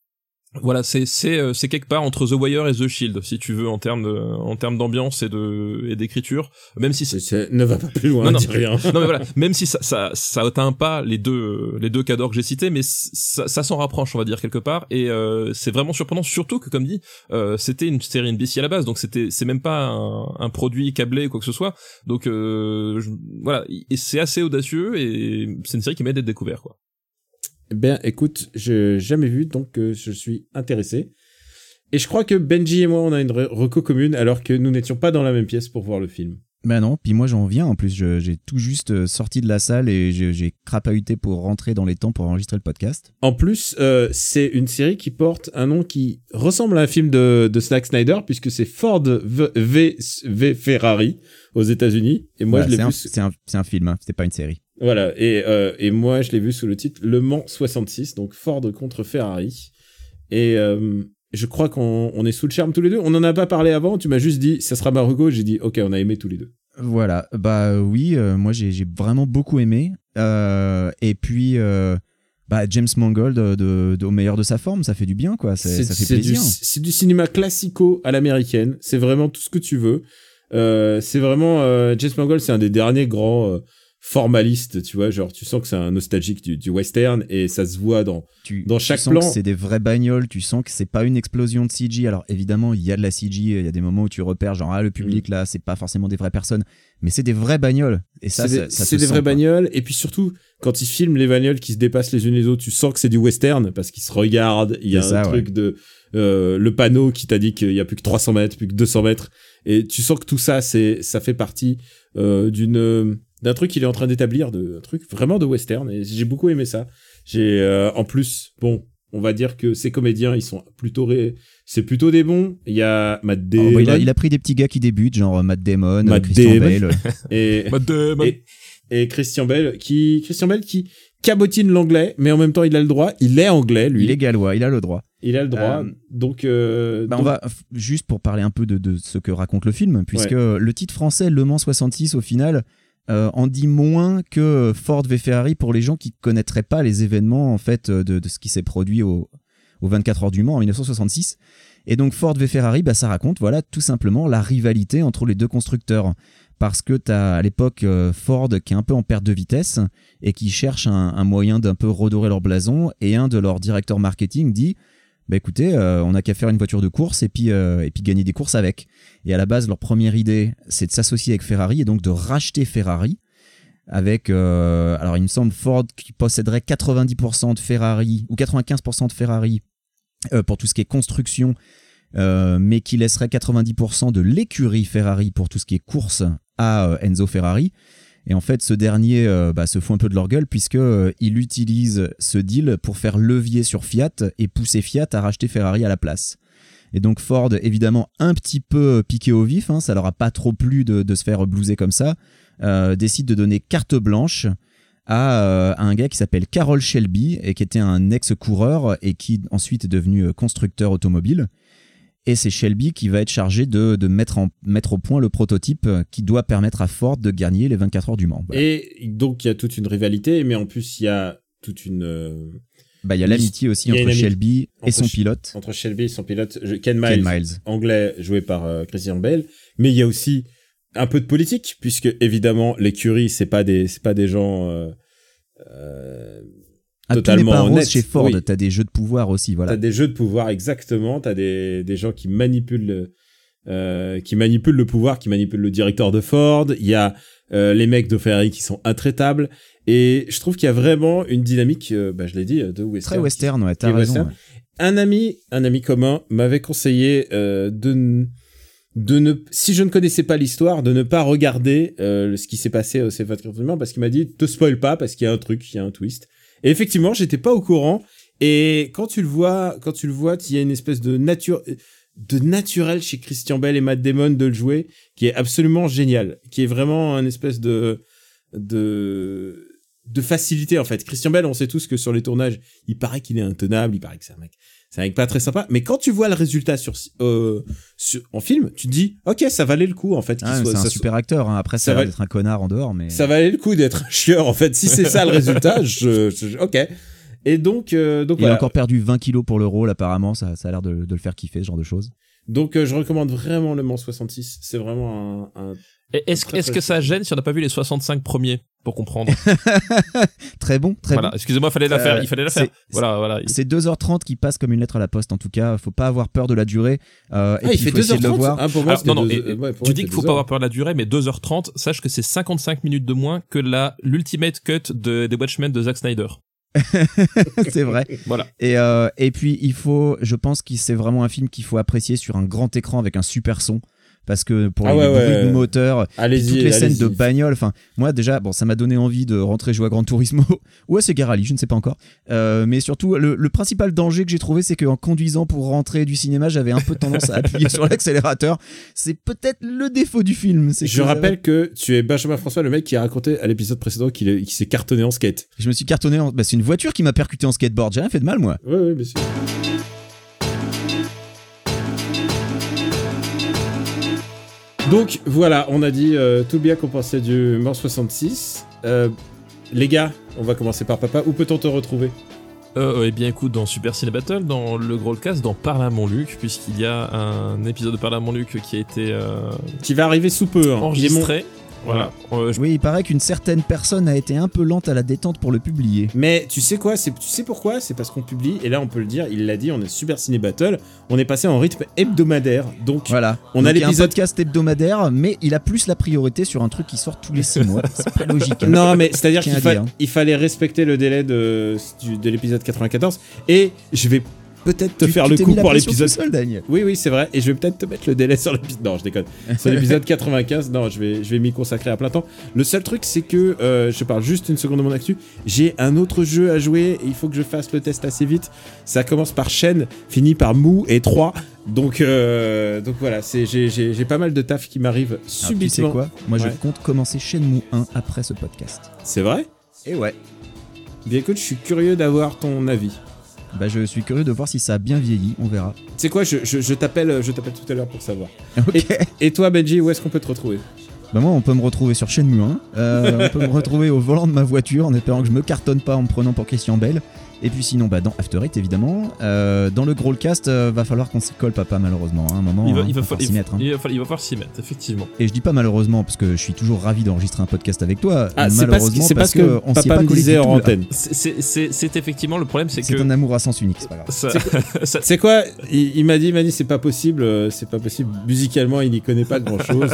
Voilà, c'est c'est c'est quelque part entre The Wire et The Shield, si tu veux, en termes de, en termes d'ambiance et de et d'écriture. Même si c'est, c'est ne va pas plus loin, non, non, dis rien. Non mais voilà, même si ça ça ça atteint pas les deux les deux cadors que j'ai cités, mais ça ça s'en rapproche, on va dire, quelque part. Et euh, c'est vraiment surprenant, surtout que, comme dit, euh, c'était une série N B C à la base, donc c'était c'est même pas un, un produit câblé ou quoi que ce soit. Donc euh, je, voilà, et c'est assez audacieux, et c'est une série qui m'a d'être découvert, quoi. Ben, écoute, je n'ai jamais vu, donc euh, je suis intéressé. Et je crois que Benji et moi, on a une re- reco commune, alors que nous n'étions pas dans la même pièce pour voir le film. Ben non, puis moi j'en viens, en plus, je, j'ai tout juste euh, sorti de la salle et j'ai, j'ai crapahuté pour rentrer dans les temps pour enregistrer le podcast. En plus, euh, c'est une série qui porte un nom qui ressemble à un film de, de Zack Snyder, puisque c'est Ford v, v, v Ferrari aux États-Unis. Et moi, voilà, je l'ai c'est vu. Un, sous... c'est, un, c'est un film, hein, c'était pas une série. Voilà, et, euh, et moi, je l'ai vu sous le titre Le Mans soixante-six, donc Ford contre Ferrari. Et euh, je crois qu'on on est sous le charme tous les deux. On n'en a pas parlé avant, tu m'as juste dit, ça sera Marugo, j'ai dit, ok, on a aimé tous les deux. Voilà, bah oui, euh, moi j'ai, j'ai vraiment beaucoup aimé. Euh, et puis, euh, bah, James Mangold de, de, de, au meilleur de sa forme, ça fait du bien, quoi. C'est, C'est, ça fait c'est plaisir. Du, c'est du cinéma classico à l'américaine. C'est vraiment tout ce que tu veux. Euh, c'est vraiment euh, James Mangold, c'est un des derniers grands euh, formalistes, tu vois. Genre, tu sens que c'est un nostalgique du, du western et ça se voit dans Tu, dans chaque tu sens plan. que c'est des vraies bagnoles, tu sens que c'est pas une explosion de C G. Alors évidemment, il y a de la C G, il y a des moments où tu repères, genre, ah, le public là, c'est pas forcément des vraies personnes, mais c'est des vraies bagnoles. Et ça, c'est ça, des, ça c'est se des sent, vraies quoi. bagnoles. Et puis surtout, quand ils filment les bagnoles qui se dépassent les unes les autres, tu sens que c'est du western parce qu'ils se regardent. Il y a C'est un ça, truc ouais. de euh, le panneau qui t'a dit qu'il y a plus que trois cents mètres, plus que deux cents mètres. Et tu sens que tout ça, c'est ça fait partie euh, d'une d'un truc qu'il est en train d'établir, de un truc vraiment de western. Et j'ai beaucoup aimé ça. J'ai euh, en plus, bon, on va dire que ces comédiens, ils sont plutôt ré... c'est plutôt des bons. Il y a Matt Oh, Damon. bah, il, a, il a pris des petits gars qui débutent, genre Matt Damon, Matt Christian Damon. Bale. et, Matt Damon. et et Christian Bale qui Christian Bale qui cabotine l'anglais, mais en même temps il a le droit. Il est anglais, lui. Il est gallois, il a le droit. Il a le droit. Euh, donc, euh, Bah, donc- on va f- juste pour parler un peu de, de ce que raconte le film, puisque le titre français Le Mans soixante-six, au final, euh, en dit moins que Ford v Ferrari pour les gens qui connaîtraient pas les événements en fait de, de ce qui s'est produit au, au vingt-quatre heures du Mans en dix-neuf cent soixante-six. Et donc Ford v Ferrari, bah, ça raconte voilà tout simplement la rivalité entre les deux constructeurs. Parce que tu as à l'époque euh, Ford qui est un peu en perte de vitesse et qui cherche un, un moyen d'un peu redorer leur blason, et un de leurs directeurs marketing dit bah écoutez, euh, on n'a qu'à faire une voiture de course et puis, euh, et puis gagner des courses avec. Et à la base, leur première idée, c'est de s'associer avec Ferrari et donc de racheter Ferrari avec, euh, alors il me semble, Ford qui posséderait quatre-vingt-dix pour cent de Ferrari ou quatre-vingt-quinze pour cent de Ferrari euh, pour tout ce qui est construction, euh, mais qui laisserait quatre-vingt-dix pour cent de l'écurie Ferrari pour tout ce qui est course à euh, Enzo Ferrari. Et en fait, ce dernier euh, bah, se fout un peu de leur gueule puisque euh, il utilise ce deal pour faire levier sur Fiat et pousser Fiat à racheter Ferrari à la place. Et donc Ford, évidemment, un petit peu piqué au vif, hein, ça leur a pas trop plu de, de se faire blouser comme ça, euh, décide de donner carte blanche à, euh, à un gars qui s'appelle Carroll Shelby et qui était un ex-coureur et qui ensuite est devenu constructeur automobile. Et c'est Shelby qui va être chargé de, de mettre, en, mettre au point le prototype qui doit permettre à Ford de gagner les vingt-quatre heures du Mans. Voilà. Et donc, il y a toute une rivalité, mais en plus, il y a toute une... euh, Bah, il y a l'amitié aussi il y a entre une amitié Shelby et entre son Sh- pilote, Entre Shelby et son pilote, je- Ken Ken Miles, Miles. anglais, joué par euh, Christian Bale. Mais il y a aussi un peu de politique, puisque, évidemment, l'écurie, c'est pas des, c'est pas des gens... Euh, euh, Ah, tout n'est totalement pas rose honnête. chez Ford, Oui. t'as des jeux de pouvoir aussi, voilà. T'as des jeux de pouvoir, exactement. T'as des, des gens qui manipulent, le, euh, qui manipulent le pouvoir, qui manipulent le directeur de Ford. Il y a euh, les mecs de Ferrari qui sont intraitables. Et je trouve qu'il y a vraiment une dynamique, euh, bah, je l'ai dit, de western. Très western, ouais, qui t'as est raison. western. Ouais. Un ami, un ami commun m'avait conseillé euh, de, n- de ne, si je ne connaissais pas l'histoire, de ne pas regarder euh, ce qui s'est passé au C vingt-quatre heures du Mans parce qu'il m'a dit, te spoil pas parce qu'il y a un truc, il y a un twist. Et effectivement, j'étais pas au courant. Et quand tu le vois, quand tu le vois, il y a une espèce de nature, de naturel chez Christian Bale et Matt Damon de le jouer, qui est absolument génial, qui est vraiment un espèce de, de, de facilité en fait. Christian Bale, on sait tous que sur les tournages, il paraît qu'il est intenable, il paraît que c'est un mec, c'est un mec pas très sympa. Mais quand tu vois le résultat sur, euh, sur en film, tu te dis, ok, ça valait le coup en fait. qu'il Ah, soit- c'est un ça super acteur, hein. Après ça ça va- va être un connard en dehors, mais... ça valait le coup d'être un chieur en fait. Si c'est ça le résultat, je, je- ok. Et donc, euh, donc Il voilà. a encore perdu vingt kilos pour le rôle, apparemment, ça, ça a l'air de, de le faire kiffer, ce genre de choses. Donc euh, je recommande vraiment le Mans soixante-six. C'est vraiment un. un... Et Est-ce Très, est-ce très que ça gêne si on n'a pas vu les soixante-cinq premiers pour comprendre? Très bon, très Voilà, bon. excusez-moi, fallait la Euh, faire, il fallait la faire. c'est- Voilà, voilà. C'est deux heures trente qui passe comme une lettre à la poste, en tout cas, faut pas avoir peur de la durée. Euh, et Ah, puis, il fait faut deux essayer heures de le trente. voir. Ah, pour moi, Alors, c'était non, non, deux- et- euh, ouais, pour tu moi, dis c'était qu'il faut deux pas heures. avoir peur de la durée, mais deux heures trente, sache que c'est cinquante-cinq minutes de moins que la l'ultimate cut de, des Watchmen de Zack Snyder. C'est vrai. Voilà. Et, euh, et puis, il faut, je pense que c'est vraiment un film qu'il faut apprécier sur un grand écran avec un super son. Parce que pour Ah les ouais, bruits ouais. de moteur, puis Allez-y, toutes les scènes allez-y. de bagnole, enfin, moi déjà, bon, ça m'a donné envie de rentrer jouer à Gran Turismo ou à Sega Rally, je ne sais pas encore. Euh, mais surtout, le, le principal danger que j'ai trouvé, c'est qu'en conduisant pour rentrer du cinéma, j'avais un peu tendance à appuyer sur l'accélérateur. C'est peut-être le défaut du film. C'est Je que- rappelle que tu es Benjamin François, le mec qui a raconté à l'épisode précédent qu'il est- qu'il s'est cartonné en skate. Je me suis cartonné. En... Bah, c'est une voiture qui m'a percuté en skateboard. J'ai rien fait de mal, moi. Oui, oui, bien sûr. Donc voilà, on a dit euh, tout bien qu'on pensait du Mort soixante-six. Euh, les gars, on va commencer par papa. Où peut-on te retrouver ? Euh, eh bien écoute, dans Super Ciné Battle, dans le Growlcast, dans Parle à mon Luc, puisqu'il y a un épisode de Parle à mon Luc qui a été euh, qui va arriver sous peu. Hein. enregistré. Voilà. Euh, je... Oui, il paraît qu'une certaine personne a été un peu lente à la détente pour le publier. Mais tu sais quoi, c'est, tu sais pourquoi ? C'est parce qu'on publie, et là on peut le dire, il l'a dit, on est Super Ciné Battle, on est passé en rythme hebdomadaire, donc voilà. on donc a il y a un l'épisode... podcast hebdomadaire, mais il a plus la priorité sur un truc qui sort tous les six mois. C'est pas logique. Hein. Non, mais c'est-à-dire Tiens qu'il à fa- dire, hein. il fallait respecter le délai de, du- de l'épisode quatre-vingt-quatorze, et je vais peut-être te Tu- faire tu le t'es coup mis la pour pression l'épisode... tout seul, Daniel. Oui, oui, c'est vrai. Et je vais peut-être te mettre le délai sur l'épisode. Non, je déconne. Sur l'épisode quatre-vingt-quinze, non, je vais, je vais m'y consacrer à plein temps. Le seul truc, c'est que euh, je parle juste une seconde de mon actu. J'ai un autre jeu à jouer et il faut que je fasse le test assez vite. Ça commence par Shen, finit par Mou et trois. Donc, euh, donc voilà, c'est, j'ai, j'ai, j'ai pas mal de taf qui m'arrive Alors, tu sais subitement. quoi ? Moi, je Ouais. compte commencer Shenmue un après ce podcast. C'est vrai ? Et ouais. Bien écoute, je suis curieux d'avoir ton avis. Bah, je suis curieux de voir si ça a bien vieilli. On verra. Tu sais quoi, je, je, je t'appelle, je t'appelle tout à l'heure pour savoir. Ok. Et, et toi, Benji, où est-ce qu'on peut te retrouver ? Bah moi, on peut me retrouver sur Shenmue un. Euh, on peut me retrouver au volant de ma voiture en espérant que je me cartonne pas en me prenant pour Christian Bell. Et puis sinon, bah dans After Eight évidemment. Euh, dans le Growlcast, euh, va falloir qu'on s'y colle, papa, malheureusement. Hein, à un moment, il va, hein, il va, va fa- falloir il s'y va- mettre. Hein. il va fa- il va falloir s'y mettre, effectivement. Et je dis pas malheureusement parce que je suis toujours ravi d'enregistrer un podcast avec toi. Ah, c'est parce, malheureusement c'est parce que, que on s'y est papa pas me collé disait du en tout, là. antenne. C'est, c'est, c'est, c'est effectivement le problème, c'est, C'est que un amour à sens unique, c'est pas grave. ça, ça- C'est quoi il, il m'a dit, il m'a dit, c'est pas possible, euh, c'est pas possible. Musicalement, il n'y connaît pas grand chose.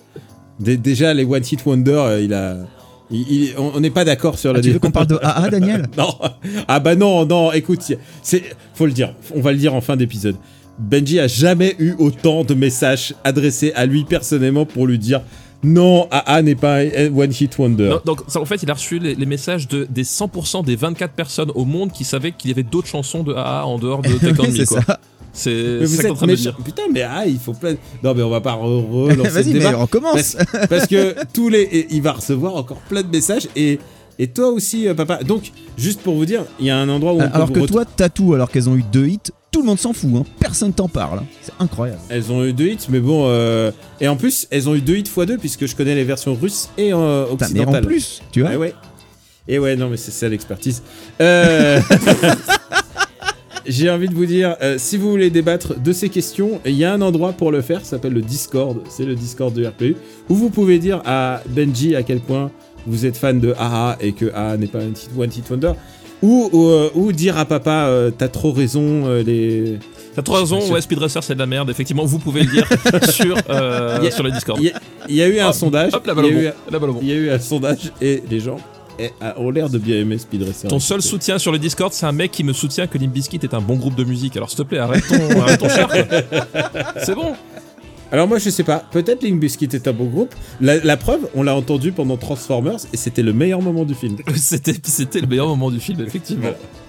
Déjà, les One Hit Wonder, euh, il a. il- il- on on n'est pas d'accord sur Ah, la. tu veux qu'on parle de A A, Daniel? Non. Ah bah non, non. Écoute, y- c'est, faut le dire. On va le dire en fin d'épisode. Benji a jamais eu autant de messages adressés à lui personnellement pour lui dire non, A A n'est pas un One Hit Wonder. Non, donc ça, en fait, il a reçu les, les messages de, des cent pour cent des vingt-quatre personnes au monde qui savaient qu'il y avait d'autres chansons de A A en dehors de Take On Oui, Me, c'est quoi. ça. C'est Mais c'est vous ça que t'es en êtes train de méchants. dire. Putain, mais ah, il faut plein. Non, mais on va pas re- relancer Vas-y, le mais débat. on commence. Parce, parce que tous les, et il va recevoir encore plein de messages et et toi aussi, euh, papa. Donc, juste pour vous dire, il y a un endroit où on Alors peut que vous toi, Tatou, alors qu'elles ont eu deux hits, tout le monde s'en fout. Hein. Personne t'en parle. Hein. C'est incroyable. Elles ont eu deux hits, mais bon. Euh... Et en plus, elles ont eu deux hits fois deux, puisque je connais les versions russes et euh, Putain, mais occidentales. en plus, tu vois. Ouais, ouais. Et ouais, non, mais c'est ça l'expertise. Euh... J'ai envie de vous dire, euh, si vous voulez débattre de ces questions, il y a un endroit pour le faire, ça s'appelle le Discord. C'est le Discord de R P U, où vous pouvez dire à Benji à quel point vous êtes fan de A A et que A A n'est pas un hit, One Hit Wonder. Ou, ou, euh, ou dire à papa, euh, t'as trop raison, euh, les... T'as trop raison, Je sais pas, ouais, Speed Racer c'est de la merde. Effectivement, vous pouvez le dire sur, euh, Il y a- sur le Discord. Il y, a- il y a eu un Hop, sondage. Hop, la il, balle y au a eu, bon. La balle au bon. il y a eu un sondage et les gens eh, ont l'air de bien aimer Speed Racer. Ton seul soutien sur le Discord, c'est un mec qui me soutient que Limp Bizkit est un bon groupe de musique. Alors s'il te plaît, arrête ton, arrête ton char, quoi. C'est bon. Alors moi je sais pas, peut-être Limp Bizkit est un bon groupe. La, la preuve, on l'a entendu pendant Transformers et c'était le meilleur moment du film. C'était, c'était le meilleur moment du film, effectivement.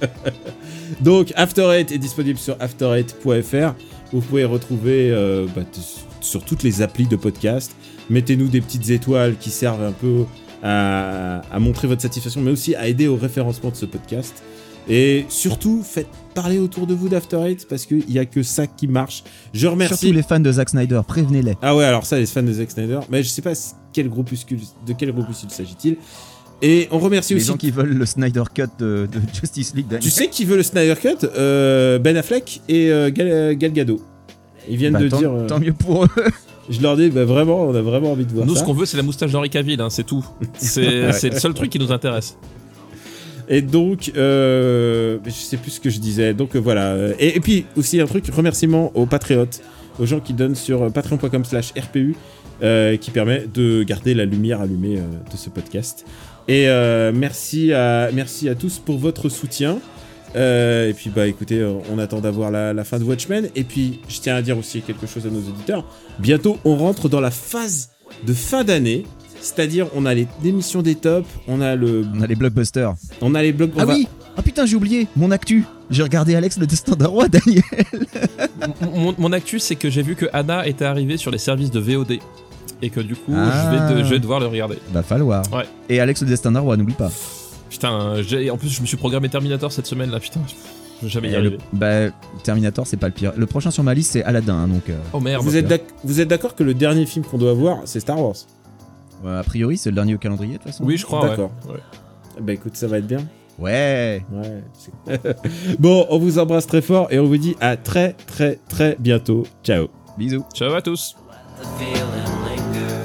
Donc After Eight est disponible sur after eight point f r. Vous pouvez retrouver euh, bah, t- sur toutes les applis de podcast. Mettez-nous des petites étoiles qui servent un peu à, à montrer votre satisfaction, mais aussi à aider au référencement de ce podcast. Et surtout, faites parler autour de vous d'After Eight parce qu'il n'y a que ça qui marche. Je remercie. Surtout les fans de Zack Snyder, prévenez-les. Ah ouais, alors ça, les fans de Zack Snyder, mais je sais pas quel groupuscule, de quel groupuscule s'agit-il. Et on remercie Les aussi. gens qui veulent le Snyder Cut de, de Justice League. Daniel. Tu sais qui veut le Snyder Cut euh, Ben Affleck et euh, Gal, Gal Gadot. Ils viennent Bah, de tant, dire. euh, tant mieux pour eux. Je leur dis, bah vraiment, on a vraiment envie de voir Nous, ça. ce qu'on veut, c'est la moustache d'Henri Cavill, hein, c'est tout. C'est, c'est le seul truc qui nous intéresse. Et donc, euh, je sais plus ce que je disais. Donc euh, voilà. Et, et puis aussi un truc, remerciement aux patriotes, aux gens qui donnent sur patreon point com slash r p u, euh, qui permet de garder la lumière allumée euh, de ce podcast. Et euh, merci à merci à tous pour votre soutien. Euh, et puis bah écoutez, euh, on attend d'avoir la, la fin de Watchmen. Et puis je tiens à dire aussi quelque chose à nos auditeurs. Bientôt, on rentre dans la phase de fin d'année. C'est-à-dire, on a les émissions des tops, on a le, On a les blockbusters. on a les blogs. on Ah va- oui. Ah putain, j'ai oublié mon actu. J'ai regardé Alex le Destin d'un roi, Daniel. Mon, mon actu, c'est que j'ai vu que Anna était arrivée sur les services de V O D. Et que du coup, Ah. je, vais de- je vais devoir le regarder. Va falloir. Ouais. Et Alex le Destin d'un roi, n'oublie pas. Putain, j'ai, en plus, je me suis programmé Terminator cette semaine là, putain. Je vais jamais y Et arriver. le, bah, Terminator, c'est pas le pire. Le prochain sur ma liste, c'est Aladdin, hein, donc. Euh, Oh merde. Vous êtes, d'ac- vous êtes d'accord que le dernier film qu'on doit voir, c'est Star Wars? ouais, a priori, c'est le dernier au calendrier, de toute façon. Oui, je crois. D'accord. Ouais. Ouais. Bah écoute, ça va être bien. Ouais. Ouais. c'est- Bon, on vous embrasse très fort et on vous dit à très très très bientôt. Ciao. Bisous. Ciao à tous. The feeling linger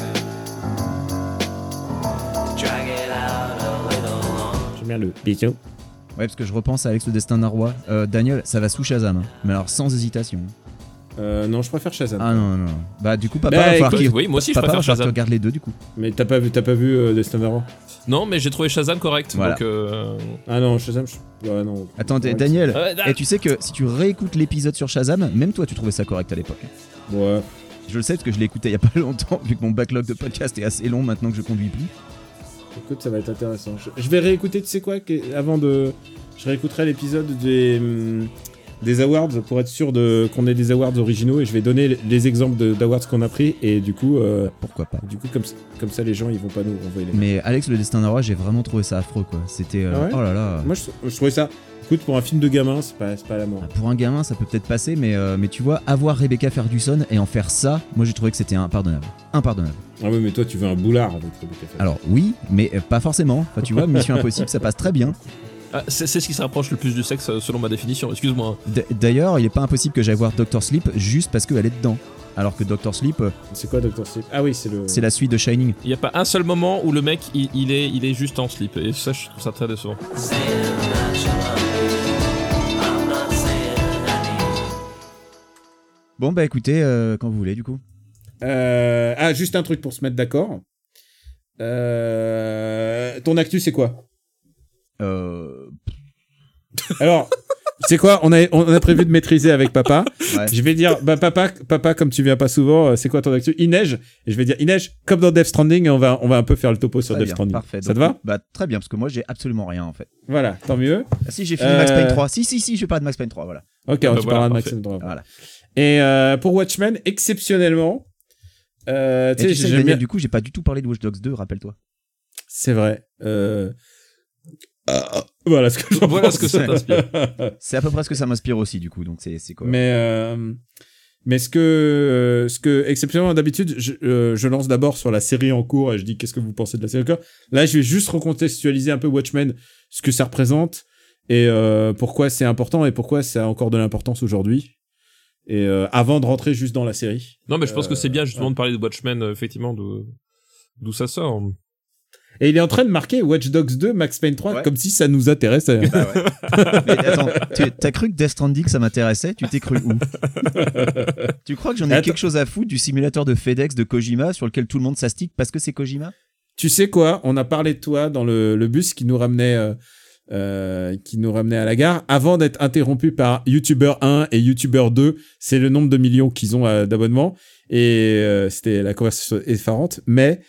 to drag it out a little long. J'aime bien le bisou. Ouais, parce que je repense à Alex le Destin d'un Roi. Euh, Daniel, ça va sous Shazam. Hein. Mais alors, sans hésitation. Euh, non, je préfère Shazam. Ah non, non, non. Bah, du coup, papa Bah, va falloir écoute, qu'il oui, moi aussi, je papa préfère va falloir qu'il Shazam. regarde les deux, du coup. Mais t'as pas vu, t'as pas vu euh, Destin d'un Roi? Non, mais j'ai trouvé Shazam correct. Voilà. Donc. Euh... Ah non, Shazam. Je... Ouais, non. Attends, Ouais, Daniel, Ouais, et tu sais que si tu réécoutes l'épisode sur Shazam, même toi, tu trouvais ça correct à l'époque. Ouais. Je le sais parce que je l'ai écouté il y a pas longtemps, vu que mon backlog de podcast est assez long maintenant que je conduis plus. Écoute, ça va être intéressant. Je, je vais réécouter, tu sais quoi, que- avant de. Je réécouterai l'épisode des. hum, des awards pour être sûr de qu'on ait des awards originaux et je vais donner les exemples de- d'awards qu'on a pris et du coup euh, Pourquoi pas. du coup comme ça- comme ça les gens ils vont pas nous renvoyer les. Mais Alex le Destin d'un Roi, j'ai vraiment trouvé ça affreux, quoi. C'était. euh, Ah ouais oh là là. Moi je, je trouvais ça. Écoute, pour un film de gamin, c'est pas c'est pas la mort. Ah, Pour un gamin, ça peut peut-être passer, mais, euh, mais tu vois, avoir Rebecca Ferguson et en faire ça, moi j'ai trouvé que c'était impardonnable. Impardonnable. Ah oui, mais toi tu veux un boulard avec Rebecca Ferguson. Alors oui, mais euh, pas forcément. Enfin, tu vois, Mission Impossible, ça passe très bien. Ah, c'est, c'est ce qui se rapproche le plus du sexe euh, selon ma définition. Excuse-moi. D- D'ailleurs, il est pas impossible que j'aille voir Doctor Sleep juste parce qu'elle est dedans. Alors que Doctor Sleep, euh, C'est quoi Doctor Sleep? Ah oui, c'est le. c'est la suite de Shining. Il y a pas un seul moment où le mec il, il est il est juste en slip et ça je trouve ça très décevant. Saying that you love me, I'm not saying I need you. Bon bah écoutez, euh, quand vous voulez du coup. Euh, Ah, juste un truc pour se mettre d'accord. Euh... Ton actu, c'est quoi? Euh... Alors, c'est quoi? On a, on a prévu de maîtriser avec papa. Ouais. Je vais dire, bah papa, papa, comme tu viens pas souvent, euh, c'est quoi ton actu? Il neige. Et je vais dire, il neige comme dans Death Stranding et on va, on va un peu faire le topo sur Très Death bien, Stranding. parfait. Ça te Donc, va? Bah très bien, parce que moi j'ai absolument rien en fait. Voilà, tant mieux. Ah si, j'ai fini Euh, Max Payne trois. Si, si, si, je vais parler de Max Payne trois, voilà. Ok, bah tu voilà, parleras de parfait. Maxime Droit. Voilà. Et euh, pour Watchmen, exceptionnellement, euh, Et tu tu sais, sais, j'aime Daniel, bien. du coup, j'ai pas du tout parlé de Watch Dogs deux, rappelle-toi. C'est vrai. Euh... ah, voilà ce que j'en Voilà pense. ce que ça t'inspire. C'est à peu près ce que ça m'inspire aussi, du coup, donc c'est c'est quoi. Mais euh, mais ce que euh, ce que exceptionnellement d'habitude je, euh, je lance d'abord sur la série en cours et je dis qu'est-ce que vous pensez de la série en cours. Là, je vais juste recontextualiser un peu Watchmen, ce que ça représente et euh, pourquoi c'est important et pourquoi ça a encore de l'importance aujourd'hui. Et euh, avant de rentrer juste dans la série. Non mais je pense que c'est bien justement ouais. de parler de Watchmen euh, effectivement d'où d'où ça sort. Et il est en train de marquer Watch Dogs deux, Max Payne trois, Ouais. comme si ça nous intéressait. Bah ouais. Mais attends, tu- t'as cru que Death Stranding ça m'intéressait? Tu t'es cru où? Tu crois que j'en ai Attends. quelque chose à foutre du simulateur de FedEx de Kojima sur lequel tout le monde s'astique parce que c'est Kojima? Tu sais quoi? On a parlé de toi dans le, le bus qui nous ramenait, euh, euh, qui nous ramenait à la gare avant d'être interrompu par YouTuber un et YouTuber deux. C'est le nombre de millions qu'ils ont euh, d'abonnements et euh, c'était la conversation effarante. Mais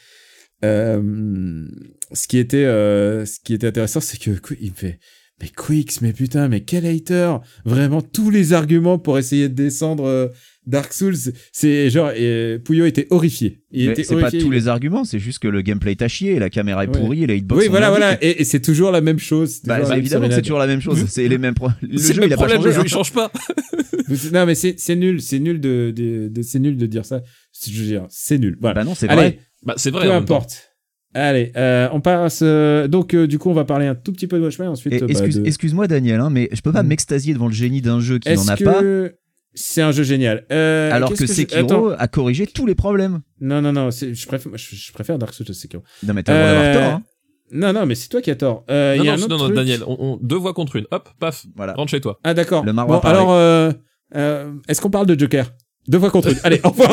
euh, ce qui était, euh, ce qui était intéressant, c'est que quoi, il me fait. Mais Quicks, mais putain, mais quel hater! Vraiment tous les arguments pour essayer de descendre euh, Dark Souls, c'est genre et Pouillot était horrifié. Il Mais était c'est pas horrifié. tous les arguments, c'est juste que le gameplay t'a chié, la caméra est Ouais. pourrie, les hitbox Oui, sont voilà, merdiques. voilà. Et, et c'est toujours la même chose. c'est Bah, toujours bah, la même évidemment, sérénade. c'est toujours la même chose. C'est les mêmes pro- Le C'est jeu, le il même a pas problème, changé. le jeu hein. il change pas. Non, mais c'est c'est nul, c'est nul de, de, de c'est nul de dire ça. Je veux dire, c'est nul. Voilà. Bah non, c'est Allez, vrai. Bah c'est vrai. peu en même temps. importe. Allez, euh, on passe. euh, donc, euh, du coup, on va parler un tout petit peu de Watchmen. Ensuite, Et euh, bah, excuse, de- excuse-moi, Daniel, hein, mais je peux pas Mm. m'extasier devant le génie d'un jeu qui Est-ce n'en a que pas, c'est un jeu génial euh, alors qu'est-ce que je- Sekiro Attends. a corrigé tous les problèmes. Non, non, non. c'est- Je préfère, je, je préfère Dark Souls à Sekiro. Non, mais t'as le droit d'avoir Euh, tort. Hein. Non, non, mais c'est toi qui as tort. Euh, Non il y a non, un autre non, non truc. Daniel, on, on deux voix contre une. Hop, paf, Voilà. rentre chez toi. Ah, d'accord. Le Marois Bon, a parlé. alors, euh, euh, est-ce qu'on parle de Joker? Deux fois contre une. Allez, au revoir.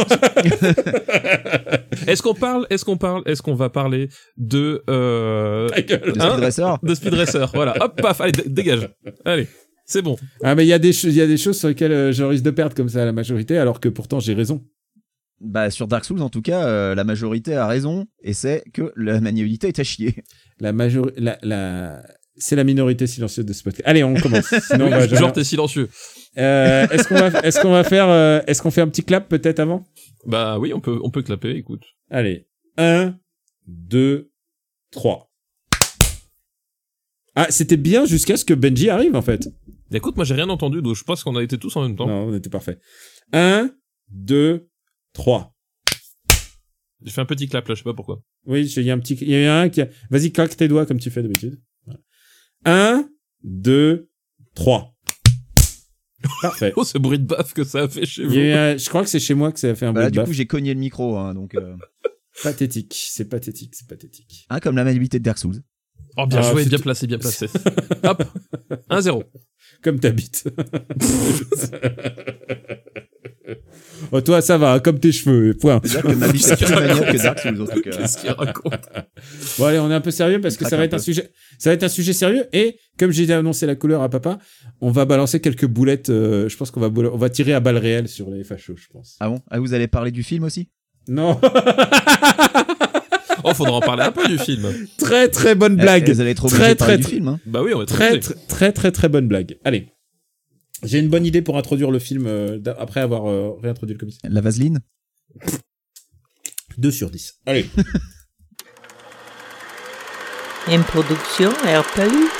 Est-ce qu'on parle Est-ce qu'on parle Est-ce qu'on va parler de euh, Ta gueule. De hein Speed Racer. de Speed Racer? Voilà, hop, paf, allez, d- dégage. Allez, c'est bon. Ah, mais il y a des choses, il y a des choses sur lesquelles euh, je risque de perdre comme ça la majorité, alors que pourtant j'ai raison. Bah, sur Dark Souls, en tout cas, euh, la majorité a raison, et c'est que la maniabilité est à chier. La major, la, la, c'est la minorité silencieuse de ce podcast. Allez, on commence. Sinon, on va Genre jamais- t'es silencieux. Euh, est-ce qu'on va, est-ce qu'on va faire, euh, est-ce qu'on fait un petit clap peut-être avant? Bah oui, on peut on peut clapper. Écoute. Allez, un, deux, trois. Ah, c'était bien jusqu'à ce que Benji arrive en fait. Écoute, moi j'ai rien entendu, donc je pense qu'on a été tous en même temps. Non, on était parfait. Un, deux, trois. J'ai fait un petit clap là, je sais pas pourquoi. Oui, il y a un petit, il y a un qui a... Vas-y, claque tes doigts comme tu fais d'habitude. Voilà. Un, deux, trois. Parfait. Oh, ce bruit de baffe que ça a fait chez vous. Il y a un... Je crois que c'est chez moi que ça a fait un Bah là, bruit de du baffe. coup, j'ai cogné le micro, hein, donc. Euh... Pathétique, c'est pathétique, c'est pathétique. Ah, comme la maniabilité de Dark Souls. Oh, bien Ah, joué, c'est bien tout- placé, bien placé. Hop, un zéro. Comme ta bite. Oh, toi, ça va, comme tes cheveux, point. C'est-à-dire que ma bite est plus maniable que Dark Souls, en tout cas. Qu'est-ce qu'il raconte? Bon, allez, on est un peu sérieux parce Il que ça craque va un être un peu. sujet, ça va être un sujet sérieux et comme j'ai annoncé la couleur à papa, on va balancer quelques boulettes, euh, je pense qu'on va, boule- on va tirer à balles réelles sur les fachos, je pense. Ah bon? Ah, vous allez parler du film aussi? Non. Oh, faudra en parler un peu du film. Très, très bonne blague. Eh, Vous allez être obligé Très, de parler très, du très- film, hein. Bah oui, on va être Très, obligé. très, très, très, très bonne blague. Allez. J'ai une bonne idée pour introduire le film euh, d'a- après avoir euh, réintroduit le commissaire. La vaseline? deux sur dix. Allez. Une production R P U.